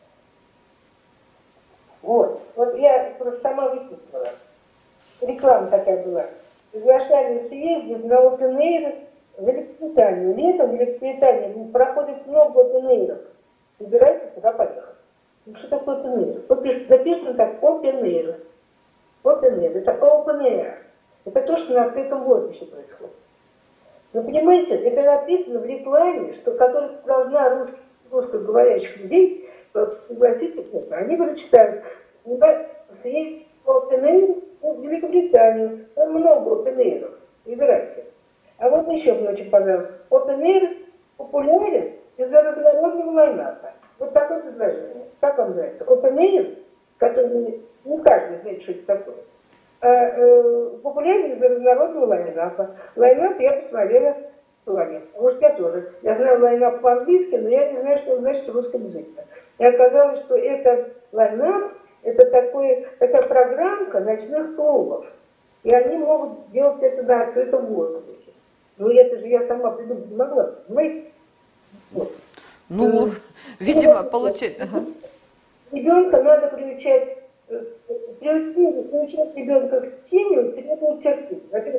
Вот. Вот я просто сама выписала. Реклама такая была. Приглашали съездить на open air в Великобританию. Летом в Великобритании проходит много open air. Собирайтесь туда поехать. Ну что такое open air? Вот написано так, open air. Open air. Это open air. Это то, что на открытом воздухе происходит. Вы понимаете, это написано в рекламе, что которая должна русских, русскоговорящих людей пригласить их. Они прочитают. Есть open air в Великобританию. Там много open air. Выбирайте. А вот еще мне очень понравилось. Open air популярен из-за разнородного лайнака. Вот такое предложение. Как вам нравится? Open air, который не каждый знает, что это такое. А, э, популярен из-за разнородного лайнака. Лайнап я посмотрела в плане. Может, я тоже. Я знаю лайнап по-английски, но я не знаю, что он значит в русском языке. И оказалось, что это лайнап, это такой, такая программка ночных клубов. И они могут делать это на открытом воздухе. Ну, это же я сама придумать не могла, понимаете? Вот. Ну, видимо, получить... Ага. Ребенка надо приучать, приучить, приучать ребенка к чтению, требует терпения. Во-первых,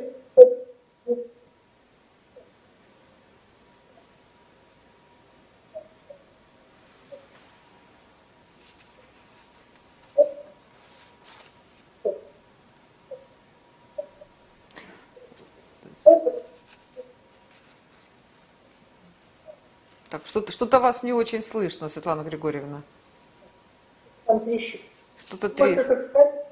Так, что-то, что-то вас не очень слышно, Светлана Григорьевна. Там трещит. Что-то трещит.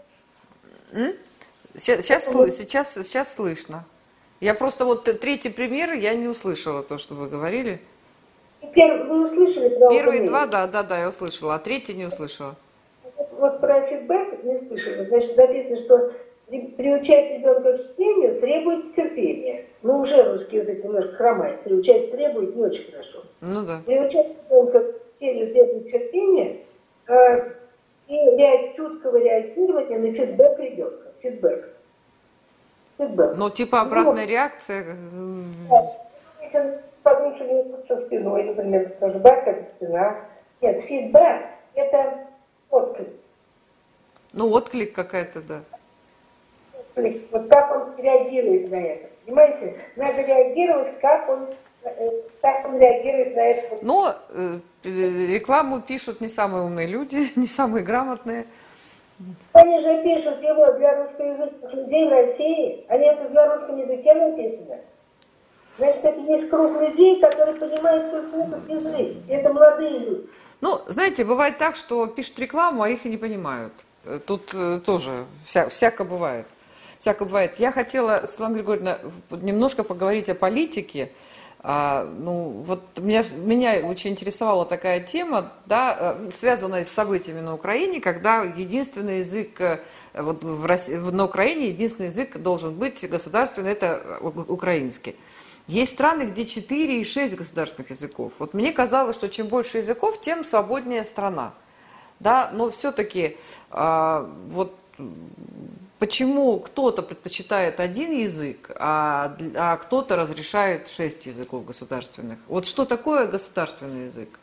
Сейчас, сейчас, сейчас слышно. Я просто вот третий пример, я не услышала то, что вы говорили. Первый, вы услышали про Первые два, да, да, да, я услышала, а третий не услышала. Вот, вот про фидбэк не слышали. Значит, написано, что приучать ребенка к чтению требует терпения. Ну, уже русский язык немножко хромает. Приучать требует не очень хорошо. Ну да. Приучать ребенка к чтению требует терпения э, и ре, чуткого реагирования на фидбэк ребенка. Фидбэк. Фидбэк. Ну, типа обратная ну, реакция. Да. Подумать, что у него со спиной, например, тоже бак, это спина. Нет, фидбэк – это отклик. Ну, отклик какая-то, да. Отклик. Вот как он реагирует на это. Понимаете? Надо реагировать, как он, как он реагирует на это. Но э, рекламу пишут не самые умные люди, не самые грамотные. Они же пишут его для русскоязычных людей в России. Они это на русском языке написано. Значит, это есть круг людей, которые понимают только этот язык. Это молодые люди. Ну, знаете, бывает так, что пишут рекламу, а их и не понимают. Тут э, тоже вся, всяко бывает. Всяко бывает. Я хотела, Светлана Григорьевна, немножко поговорить о политике. А, ну, вот меня, меня очень интересовала такая тема, да, связанная с событиями на Украине, когда единственный язык, вот в России, на Украине единственный язык должен быть государственный, это украинский. Есть страны, где четыре и шесть государственных языков. Вот мне казалось, что чем больше языков, тем свободнее страна. Да, но все-таки а, вот почему кто-то предпочитает один язык, а, а кто-то разрешает шесть языков государственных? Вот что такое государственный язык?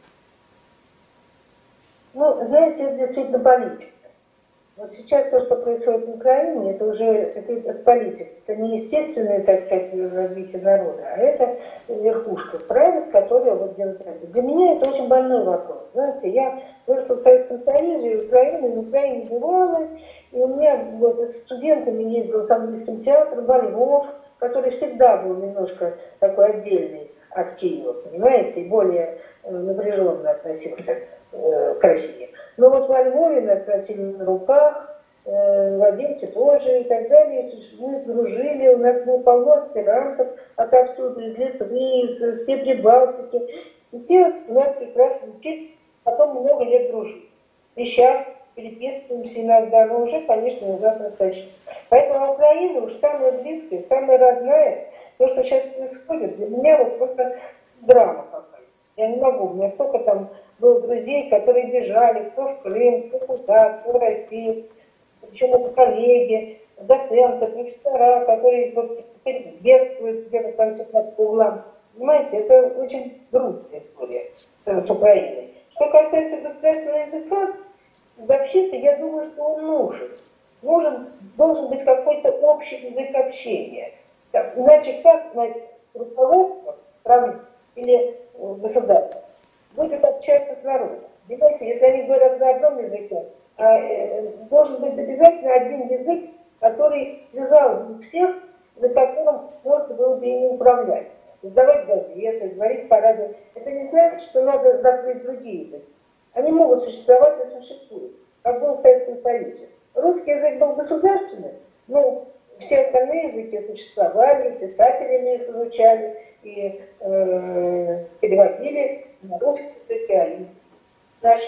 Ну, знаете, это действительно политика. Вот сейчас то, что происходит в Украине, это уже это, это политика. Это не естественное, так сказать, развитие народа, а это верхушка, правит, которая вот делает это. Для меня это очень больной вопрос. Знаете, я выросла в Советском Союзе, и Украина, на Украине бывала, и у меня вот, с студентами ездила с английским театром во Львов, который всегда был немножко такой отдельный от Киева, понимаете, и более э, напряженно относился э, к России. Но вот во Львове нас носили на руках, э, в Одессе тоже и так далее. Мы дружили, у нас было полно аспирантов отовсюду, из Литвы, из всей Прибалтики. И все у нас прекрасно учились, потом много лет дружили. И сейчас переписываемся иногда, но уже, конечно, ужасно точно. Поэтому Украина уж самая близкая, самая родная. То, что сейчас происходит, для меня вот просто драма какая-то. Я не могу, у меня столько там было друзей, которые бежали, кто в Крым, кто куда, кто в Россию, причем это коллеги, доценты, профессора, которые вот теперь бедствуют где-то там по углам. Понимаете, это очень грустная история с Украиной. Что касается государственного языка, вообще-то я думаю, что он нужен. Нужен, должен быть какой-то общий язык общения. Так, иначе как руководство страны или государства будет общаться с народом? Понимаете, если они говорят на одном языке, а, э, должен быть обязательно один язык, который связал бы всех, на котором можно было бы ими управлять. Издавать газеты, говорить по радио. Это не значит, что надо закрыть другие языки. Они могут существовать и существуют, как было в Советском Союзе. Русский язык был государственным, но все остальные языки существовали, писателями их изучали и э, переводили на русский язык, и наши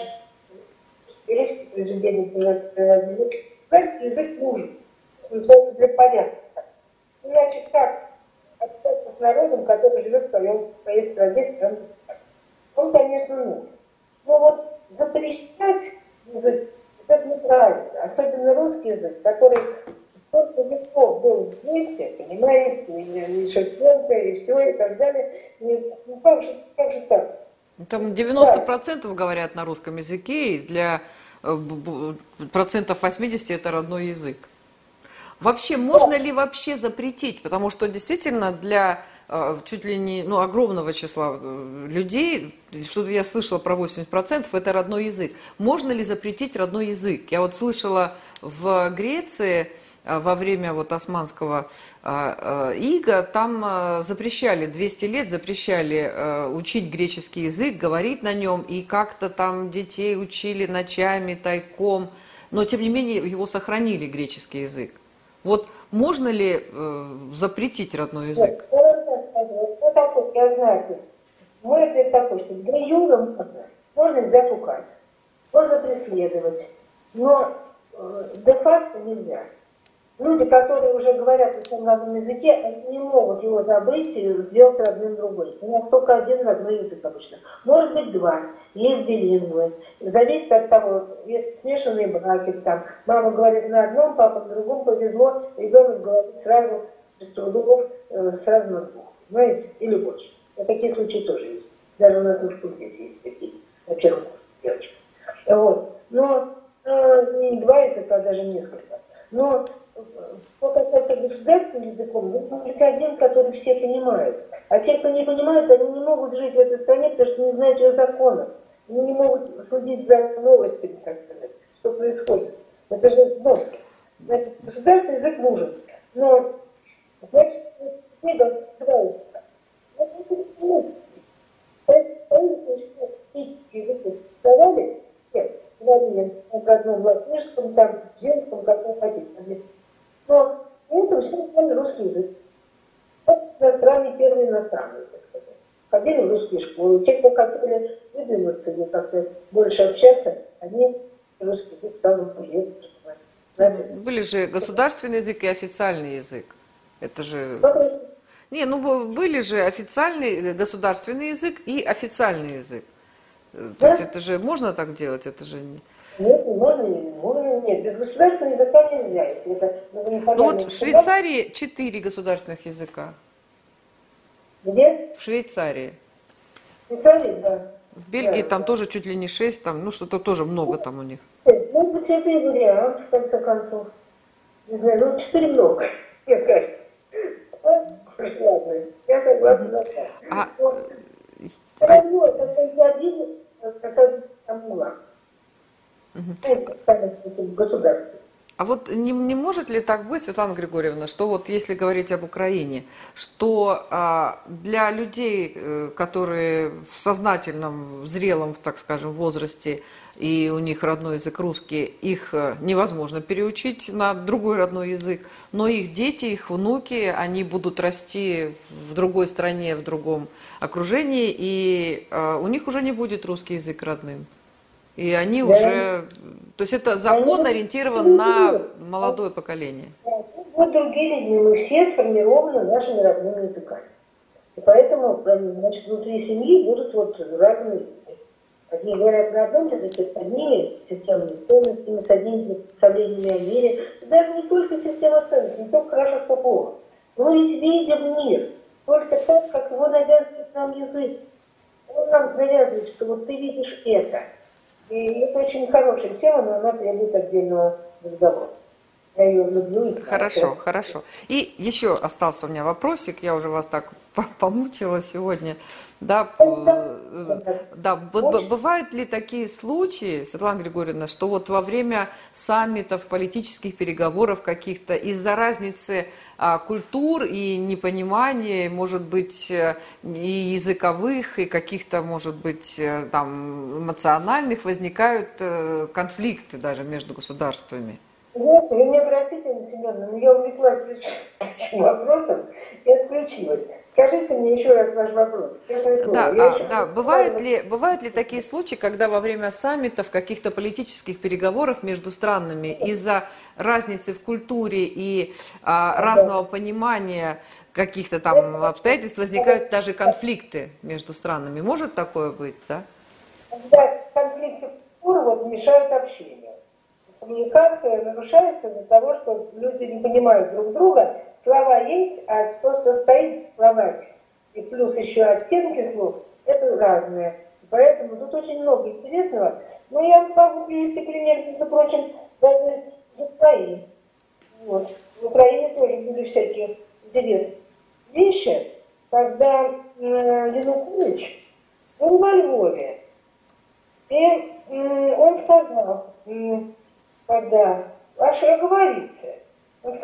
русские произведения переводили. Русский язык нужен, называется для порядка. Иначе как общаться с народом, который живет в, своем, в своей стране, в он, конечно, нужен. Но вот запрещать язык, это неправильно. Особенно русский язык, который столько веков был вместе, понимаете, и, и Шевченко, и все, и так далее. И, ну как же, как же так? Там девяносто процентов говорят на русском языке, и для процентов восемьдесят это родной язык. Вообще, можно ли вообще запретить? Потому что действительно для чуть ли не ну, огромного числа людей, что-то я слышала про восемьдесят процентов, это родной язык. Можно ли запретить родной язык? Я вот слышала в Греции, во время вот османского ига, там запрещали, двести лет запрещали учить греческий язык, говорить на нем, и как-то там детей учили ночами, тайком, но тем не менее его сохранили, греческий язык. Вот можно ли запретить родной язык? Вот такой, я знаю, мой ответ такой, что для юга можно, можно взять указ, можно преследовать, но э, де-факто нельзя. Люди, которые уже говорят на своем родном языке, они не могут его забыть и сделать родным другой. У нас только один родной язык обычно. Может быть два. Есть билингвы. Зависит от того, есть смешанные браки. Там. Мама говорит на одном, папа на другом, повезло, ребенок говорит сразу с трудов, сразу на двух. Понимаете? Или больше. И такие случаи тоже есть. Даже у нас в школе здесь есть такие. На первом курсе девочки. Вот. Но э, не два языка, а даже несколько. Но что касается государственным языком, вы можете один, который все понимают. А те, кто не понимает, они не могут жить в этой стране, потому что не знают ее законов. Они не могут следить за новостями, так сказать, что происходит. Это же нос. Значит, государственный язык нужен. Но, значит, книга называется. Языки давали, нет, говорили на одном латышском, там, женском, каком хотите. Но это все равно русский язык. Вот иностранные, первые иностранные, так сказать. Ходили в русские школы. Те, кто хотели выдвинуться или как-то больше общаться, они русский язык сам детский. Были же государственный язык и официальный язык. Это же... Не, ну были же официальный государственный язык и официальный язык. То да? есть это же можно так делать, это же не... Нет, не можно, не можно, нет. Без государственного языка нельзя. Если это, ну вот в Швейцарии четыре государственных языка. Где? В Швейцарии. В Швейцарии, да. В Бельгии да, там да. тоже чуть ли не шесть, там, ну что-то тоже много там у них. Может быть, это и вариант, в конце концов. Не знаю, ну четыре много, мне кажется. Ладно, я согласна. А... Все равно, это один, это амула. Знаете, государство. А вот не, не может ли так быть, Светлана Григорьевна, что вот если говорить об Украине, что а, для людей, которые в сознательном, в зрелом, так скажем, возрасте, и у них родной язык русский, их невозможно переучить на другой родной язык, но их дети, их внуки, они будут расти в другой стране, в другом окружении, и а, у них уже не будет русский язык родным. И они да. уже... То есть это закон ориентирован на молодое поколение. Вот другие люди, мы все сформированы нашими родными языками. И поэтому, значит, внутри семьи будут вот разные языки. Одни говорят на одном языке, с одними системами ценностями, с одними представлениями о мире. Даже не только система ценностей, не только хорошо, что плохо. Мы ведь видим мир только так, как его навязывает нам язык. Он нам навязывает, что вот ты видишь это. И это очень хорошая тема, но она требует отдельного разговора. Я ее люблю. Хорошо, это... хорошо. И еще остался у меня вопросик, я уже вас так помучила сегодня. Да, да, бывают ли такие случаи, Светлана Григорьевна, что вот во время саммитов, политических переговоров каких-то из-за разницы а, культур и непонимания, может быть, и языковых, и каких-то, может быть, там, эмоциональных, возникают конфликты даже между государствами? Знаете, вы меня простите, Анна Семеновна, но я увлеклась вопросом и отключилась. Скажите мне еще раз ваш вопрос. Да, а, да. Бывают ли, бывают ли такие случаи, когда во время саммитов, каких-то политических переговоров между странами из-за разницы в культуре и а, разного понимания каких-то там обстоятельств возникают даже конфликты между странами? Может такое быть, да? Да, конфликты культур вот мешают общению. Коммуникация нарушается из-за того, что люди не понимают друг друга. Слова есть, а то, что стоит в словах, и плюс еще оттенки слов, это разное. Поэтому тут очень много интересного. Но я могу привести пример, между прочим, даже в Украине. Вот. В Украине тоже были всякие интересные вещи, когда э, Янукович был во Львове. И э, он сказал... Э, когда ваши оговорите, он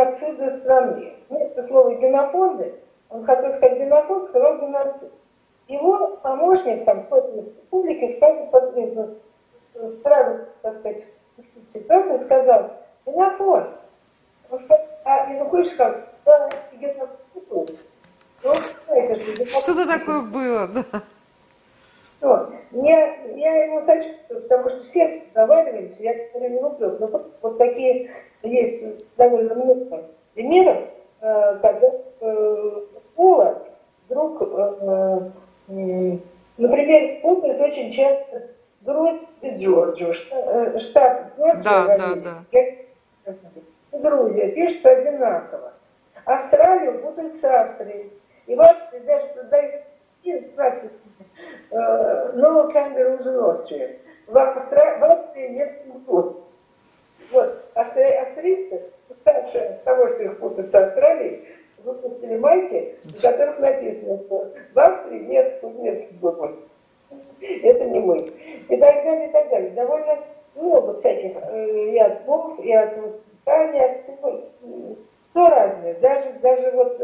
геноцида страны. Вместо слова генофонды, он хотел сказать генофонд, сказал геноцид. Его помощник там в республике сказал, сразу, так сказать, ситуацию сказал, генофонд. Он сказал, а Янукович сказал, да, генофонд. Что-то такое было, да. Что? Я, я ему сочувствую, потому что все договаривались, я говорю, не люблю. Но вот, вот такие есть довольно много примеров, э, когда э, школа вдруг, э, э, например, путают очень часто Грузию и Джорджию, штат, штат Джорджия, да, да, да. Грузия, пишется одинаково. Австралию путают с Австрией. И в Австрии даже продают No kangaroos in Austria. В Австрии, в Австрии нет кенгуру. Вот. Австри... Австрийцы, старше от того, что их путают с Австралией, выпустили майки, в которых написано, что в Австрии нет, нет кенгуру. Это не мы. И так далее, и так далее. Довольно много всяких и от слов, и от воспитания, от всего. Все разное. Даже, даже вот...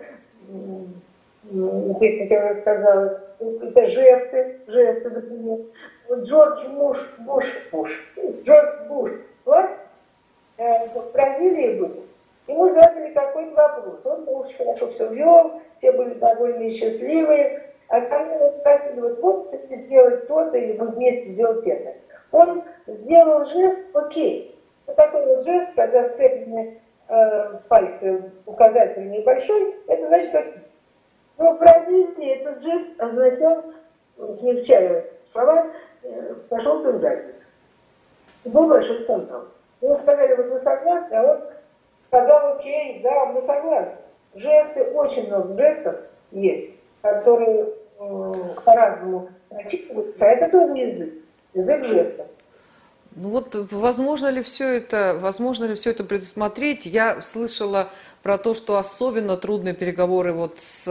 как я уже сказала, жесты, жесты, например. Вот Джордж Буш, Буш, Буш, Джордж Буш, вот, э, в Бразилии был, ему задали какой-то вопрос, он очень хорошо все вел, все были довольны и счастливые, а когда его спросили, вот можете сделать то-то, или вы вместе сделать это, он сделал жест «окей». Вот такой вот жест, когда сцеплены э, пальцы указательный и большой, это значит «окей». Но в Бразилии этот жест означал, смягчая слова, пошел ты в задницу. И был большой скандал. Ему сказали, вот вы согласны, а он сказал, окей, да, мы согласны. Жесты, очень много жестов есть, которые э, по-разному прочитываются, а это тоже язык, язык жестов. Ну вот, возможно ли все это, возможно ли все это предусмотреть? Я слышала про то, что особенно трудные переговоры вот с,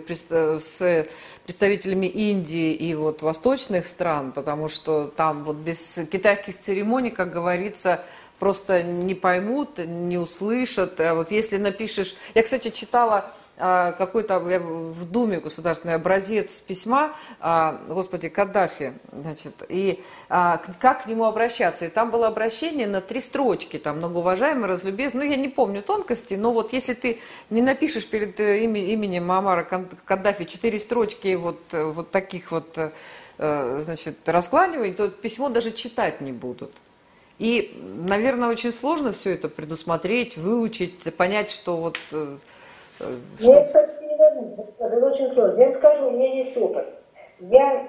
с представителями Индии и вот восточных стран, потому что там вот без китайских церемоний, как говорится, просто не поймут, не услышат. А вот если напишешь... Я, кстати, читала какой-то в Думе государственный образец письма, господи, Каддафи, значит, и как к нему обращаться. И там было обращение на три строчки, там, многоуважаемый, разлюбезный, ну, я не помню тонкости, но вот если ты не напишешь перед именем Муаммара Каддафи четыре строчки вот, вот таких вот, значит, раскланиваний, то письмо даже читать не будут. И, наверное, очень сложно все это предусмотреть, выучить, понять, что вот... Что? Мне, кстати, невозможно. Это очень сложно. Я скажу, у меня есть опыт. Я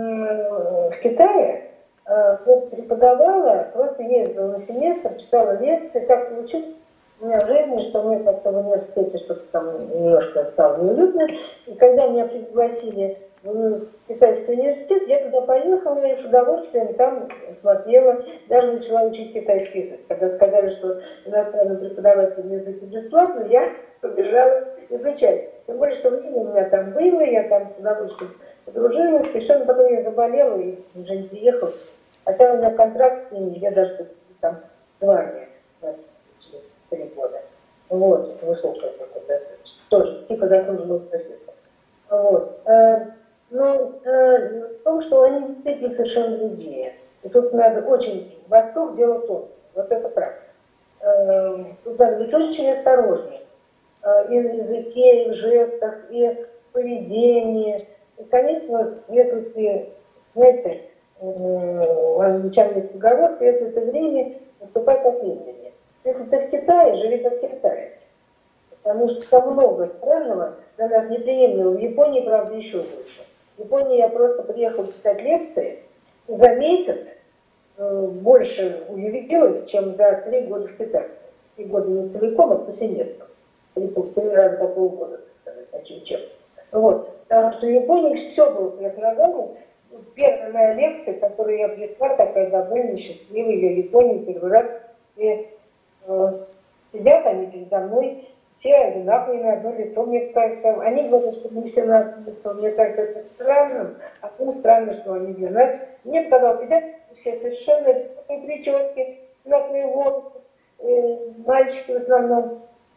в Китае э, вот, преподавала, просто ездила на семестр, читала лекции, как получилось у меня в жизни, что мне как-то в университете что-то там немножко стало неуютно. И когда меня пригласили в китайский университет, я туда поехала и с удовольствием там смотрела, даже начала учить китайский язык. Когда сказали, что иностранным преподавателям язык бесплатно, я побежала изучать. Тем более, что время у меня там было, я там с удовольствием подружилась, совершенно потом я заболела и уже не приехала. Хотя у меня контракт с ними, я даже там звание через три года. Вот, высокое такое, тоже типа заслуженного профессора. Вот. Но э, в том, что они действительно совершенно другие. И тут надо очень... Восток делать тонко. Вот это правда. Э, тут надо быть очень осторожнее. Э, и в языке, и в жестах, и в поведении. И, конечно, если ты, знаете, э, у англичан есть поговорка, если ты в Риме, наступай как римляне. Если ты в Китае, живи как китаец. Потому что там много странного, для нас неприемлемо. В Японии, правда, еще больше. В Японии я просто приехала читать лекции, за месяц э, больше удивилась, чем за три года в Китае. Три года не целиком, а по семестру. Три, три раза по полгода, так сказать, чем. Вот. Потому что в Японии все было преобразовано. Первая моя лекция, которую я пришла, такая довольно счастливая, я в Японии первый раз, и э, сидят они передо мной, все одинаковые на одно лицо, мне кажется. Они говорят, что мы все на одно лицо. Мне кажется, это странным, а то странно, что они для нас. Мне показалось, сидят все совершенно одинаковые прически, одинаковые волосы, э, мальчики в основном.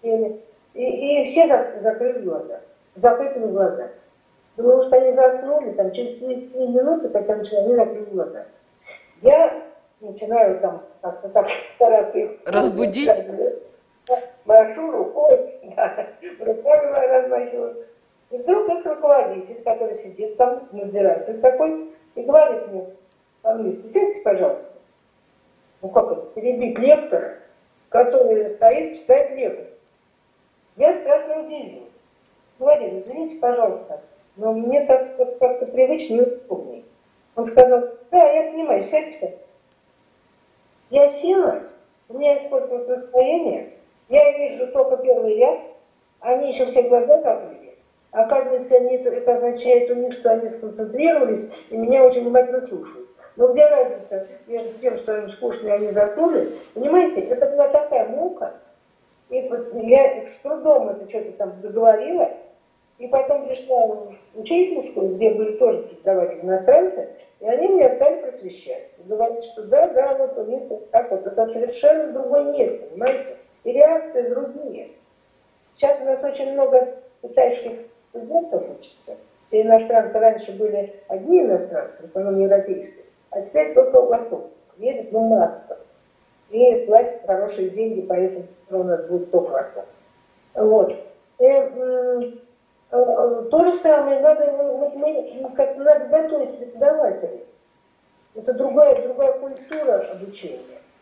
И, и все закрыли глаза, закрытыми глазами. Думаю, что они заснули, там через три минуты, когда начали, они закрыли глаза. Я начинаю там как-то так стараться их разбудить. Машу рукой, да, рукой размахиваю. И вдруг их руководитель, который сидит там, надзиратель такой, и говорит мне по-английски: сядьте, пожалуйста. Ну как это, перебить лектора, который стоит, читает лекцию. Я страшно удивилась. Говорю: извините, пожалуйста, но мне так как-то привычнее и удобнее. Он сказал: да, я понимаю, сядьте. Я села, у меня испортилось настроение, я вижу только первый ряд, они еще все глаза закрыли. Оказывается, они, это означает у них, что они сконцентрировались и меня очень внимательно слушают. Но где разница между тем, что им скучно и они заснули? Понимаете, это была такая мука. И я с трудом это что-то там договорила. И потом пришла в учительскую, где были тоже преподаватели иностранцы, и они меня стали просвещать. И говорят, что да, да, вот у них вот так вот. Это совершенно другой мир, понимаете? И реакции другие. Сейчас у нас очень много китайских студентов учатся. Все иностранцы раньше были одни иностранцы, в основном европейские, а теперь только у Востока. Едет, ну, масса. И платят хорошие деньги, поэтому у нас будет топ рассказ. Вот. И, м- то же самое, надо, вот мы, как, надо готовить преподавателей. Это другая, другая культура обучения.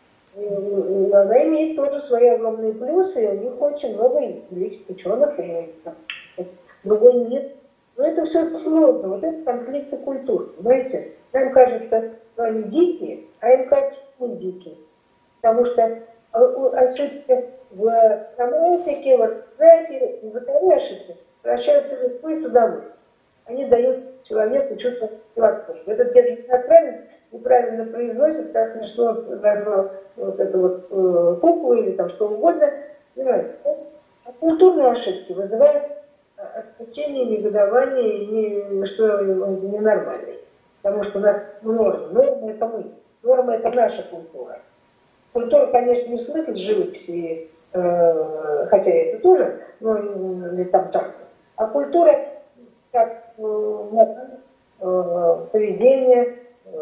И она имеет тоже свои огромные плюсы, и у них очень много великих ученых, и другой нет. Но это все сложно, вот это конфликты культур, понимаете? Нам кажется, что они дикие, а им кажется, что мы дикие. Потому что ошибки в грамматике, в орфографии, языковые ошибки прощаются легко и с удовольствием. Они дают человеку чувство превосходства. Этот бедный иностранец неправильно произносит, так смешно назвал вот эту вот э, куклу или там что угодно. Понимаете? А культурные ошибки вызывают отвлечение, негодование, и что он ненормальный. Потому что у нас норма. Норма — это мы. Норма — это наша культура. Культура, конечно, не в смысле живописи, э, хотя это тоже, но или там танцы. А культура как э, э, поведение,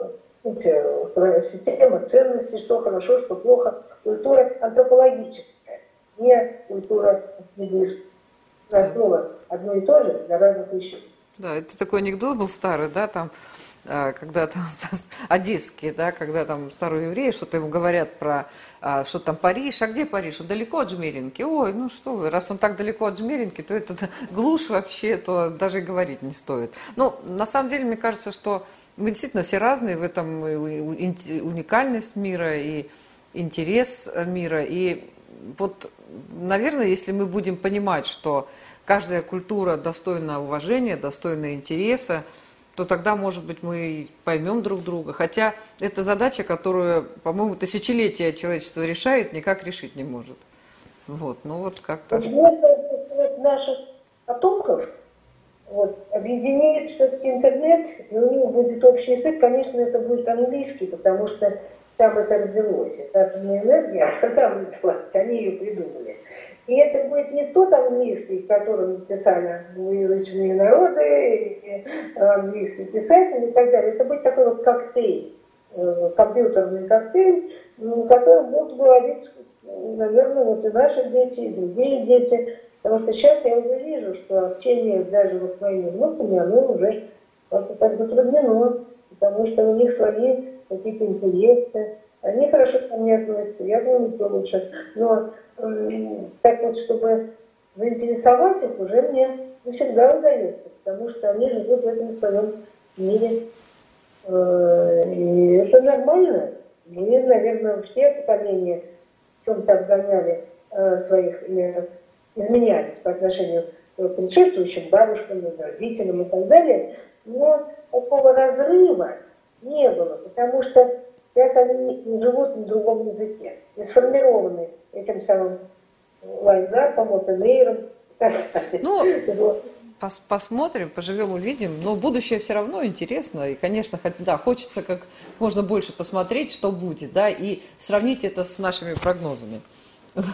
э, система ценностей, что хорошо, что плохо. Культура антропологическая, не культура медицинская. Основа одно и то же для разных вещей. Да, это такой анекдот был старый, да, там, когда там одесские, да, когда там старые евреи что-то ему говорят про, что там Париж, а где Париж? Он далеко от Жмеринки. Ой, ну что вы, раз он так далеко от Жмеринки, то это глушь вообще, то даже и говорить не стоит. Ну, на самом деле, мне кажется, что мы действительно все разные, в этом и уникальность мира, и интерес мира, и вот, наверное, если мы будем понимать, что каждая культура достойна уважения, достойна интереса, то тогда, может быть, мы поймем друг друга. Хотя это задача, которую, по-моему, тысячелетия человечество решает, никак решить не может. Вот, ну вот как-то. Вот наших потомков вот, объединяет все-таки интернет, и у них будет общий язык, конечно, это будет английский, потому что там это родилось. Это атомная энергия, там родилась, они ее придумали. И это будет не тот английский, которым писали вымышленные народы, и английские писатели и так далее. Это будет такой вот коктейль, компьютерный коктейль, в котором будут говорить, наверное, вот и наши дети, и другие дети. Потому что сейчас я уже вижу, что общение даже вот с моими внуками, оно уже как-то так затруднено, потому что у них свои какие-то интересы. Они хорошо ко мне относятся, я думаю, еще лучше. Но так вот, чтобы заинтересовать их, уже мне не всегда удается, потому что они живут в этом своем мире. И это нормально. Мы, наверное, все поколения в чем-то обгоняли своих, изменялись по отношению к предшествующим бабушкам, родителям и так далее. Но такого разрыва не было, потому что сейчас они живут на другом языке и сформированы этим самым лайнапом, опенэйром. Ну, пос посмотрим, поживем, увидим. Но будущее все равно интересно. И, конечно, да, хочется как можно больше посмотреть, что будет, да, и сравнить это с нашими прогнозами.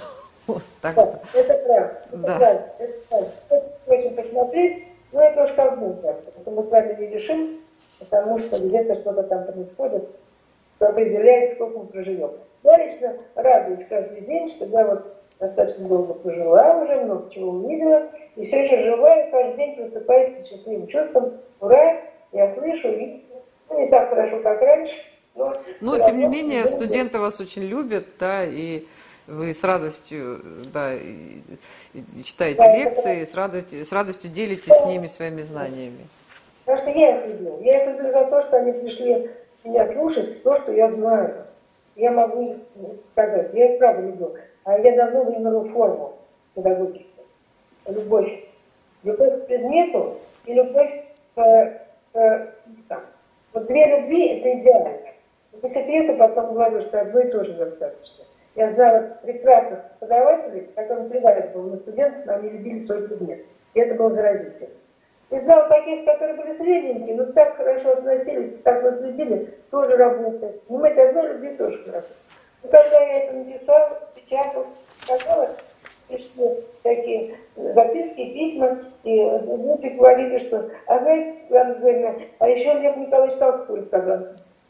Вот, так Да, что, это правда. Это да. правда. Это правда. Это очень посмотреть, но это уж как будет. Это мы с вами не решим, потому что где-то что-то там происходит, что определяет, сколько мы проживем. Я лично радуюсь каждый день, что я вот достаточно долго пожила уже, много чего увидела, и все еще жива, и каждый день просыпаюсь с счастливым чувством. Ура, я слышу, и ну, не так хорошо, как раньше, но... Но, тем не менее, студенты вас очень любят, да, и вы с радостью, да, и, и читаете Да, лекции, с радостью, с радостью делитесь с ними своими знаниями. Потому что я их люблю. Я их люблю за то, что они пришли меня слушать, то, что я знаю. Я могу их сказать. Я их правда люблю. А я давно выберу форму педагогики. Любовь. Любовь к предмету и любовь к... к там. Вот две любви – это идеально. И по секрету потом говорю, что одной и тоже достаточно. Я знала прекрасных преподавателей, которым плевать было на студентов, но они любили свой предмет. И это было заразительно. И знал таких, которые были средненькие, но так хорошо относились, так вас любили, тоже работает. Понимаете, одной любви тоже хорошо. И когда я это написала, печатала, сказала, пришли такие записки, письма, и люди говорили, что, а знаете, Светлана Григорьевна, а еще Лев Николаевич Толстой сказал.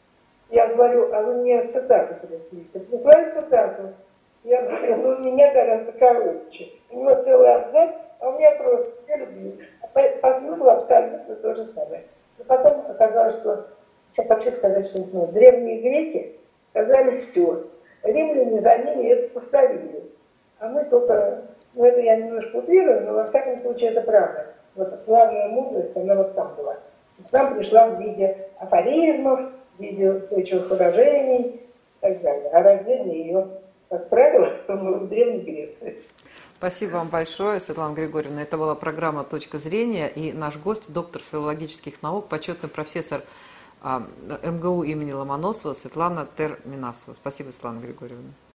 Я говорю, а вы мне цитату принесите. Прислали цитату. Я говорю, ну у меня гораздо короче. У него целый абзац, а у меня просто, я люблю. По, по смыслу абсолютно то же самое. Но потом оказалось, что, сейчас вообще сказать, что ну, древние греки сказали все. Римляне за ними это повторили. А мы только, ну это я немножко утрирую, но во всяком случае это правда. Вот главная мудрость, она вот там была. К нам пришла в виде афоризмов, в виде устойчивых выражений и так далее. А рождение ее, как правило, в Древней Греции. Спасибо вам большое, Светлана Григорьевна. Это была программа «Точка зрения», и наш гость, доктор филологических наук, почетный профессор эм гэ у имени Ломоносова Светлана Тер-Минасова. Спасибо, Светлана Григорьевна.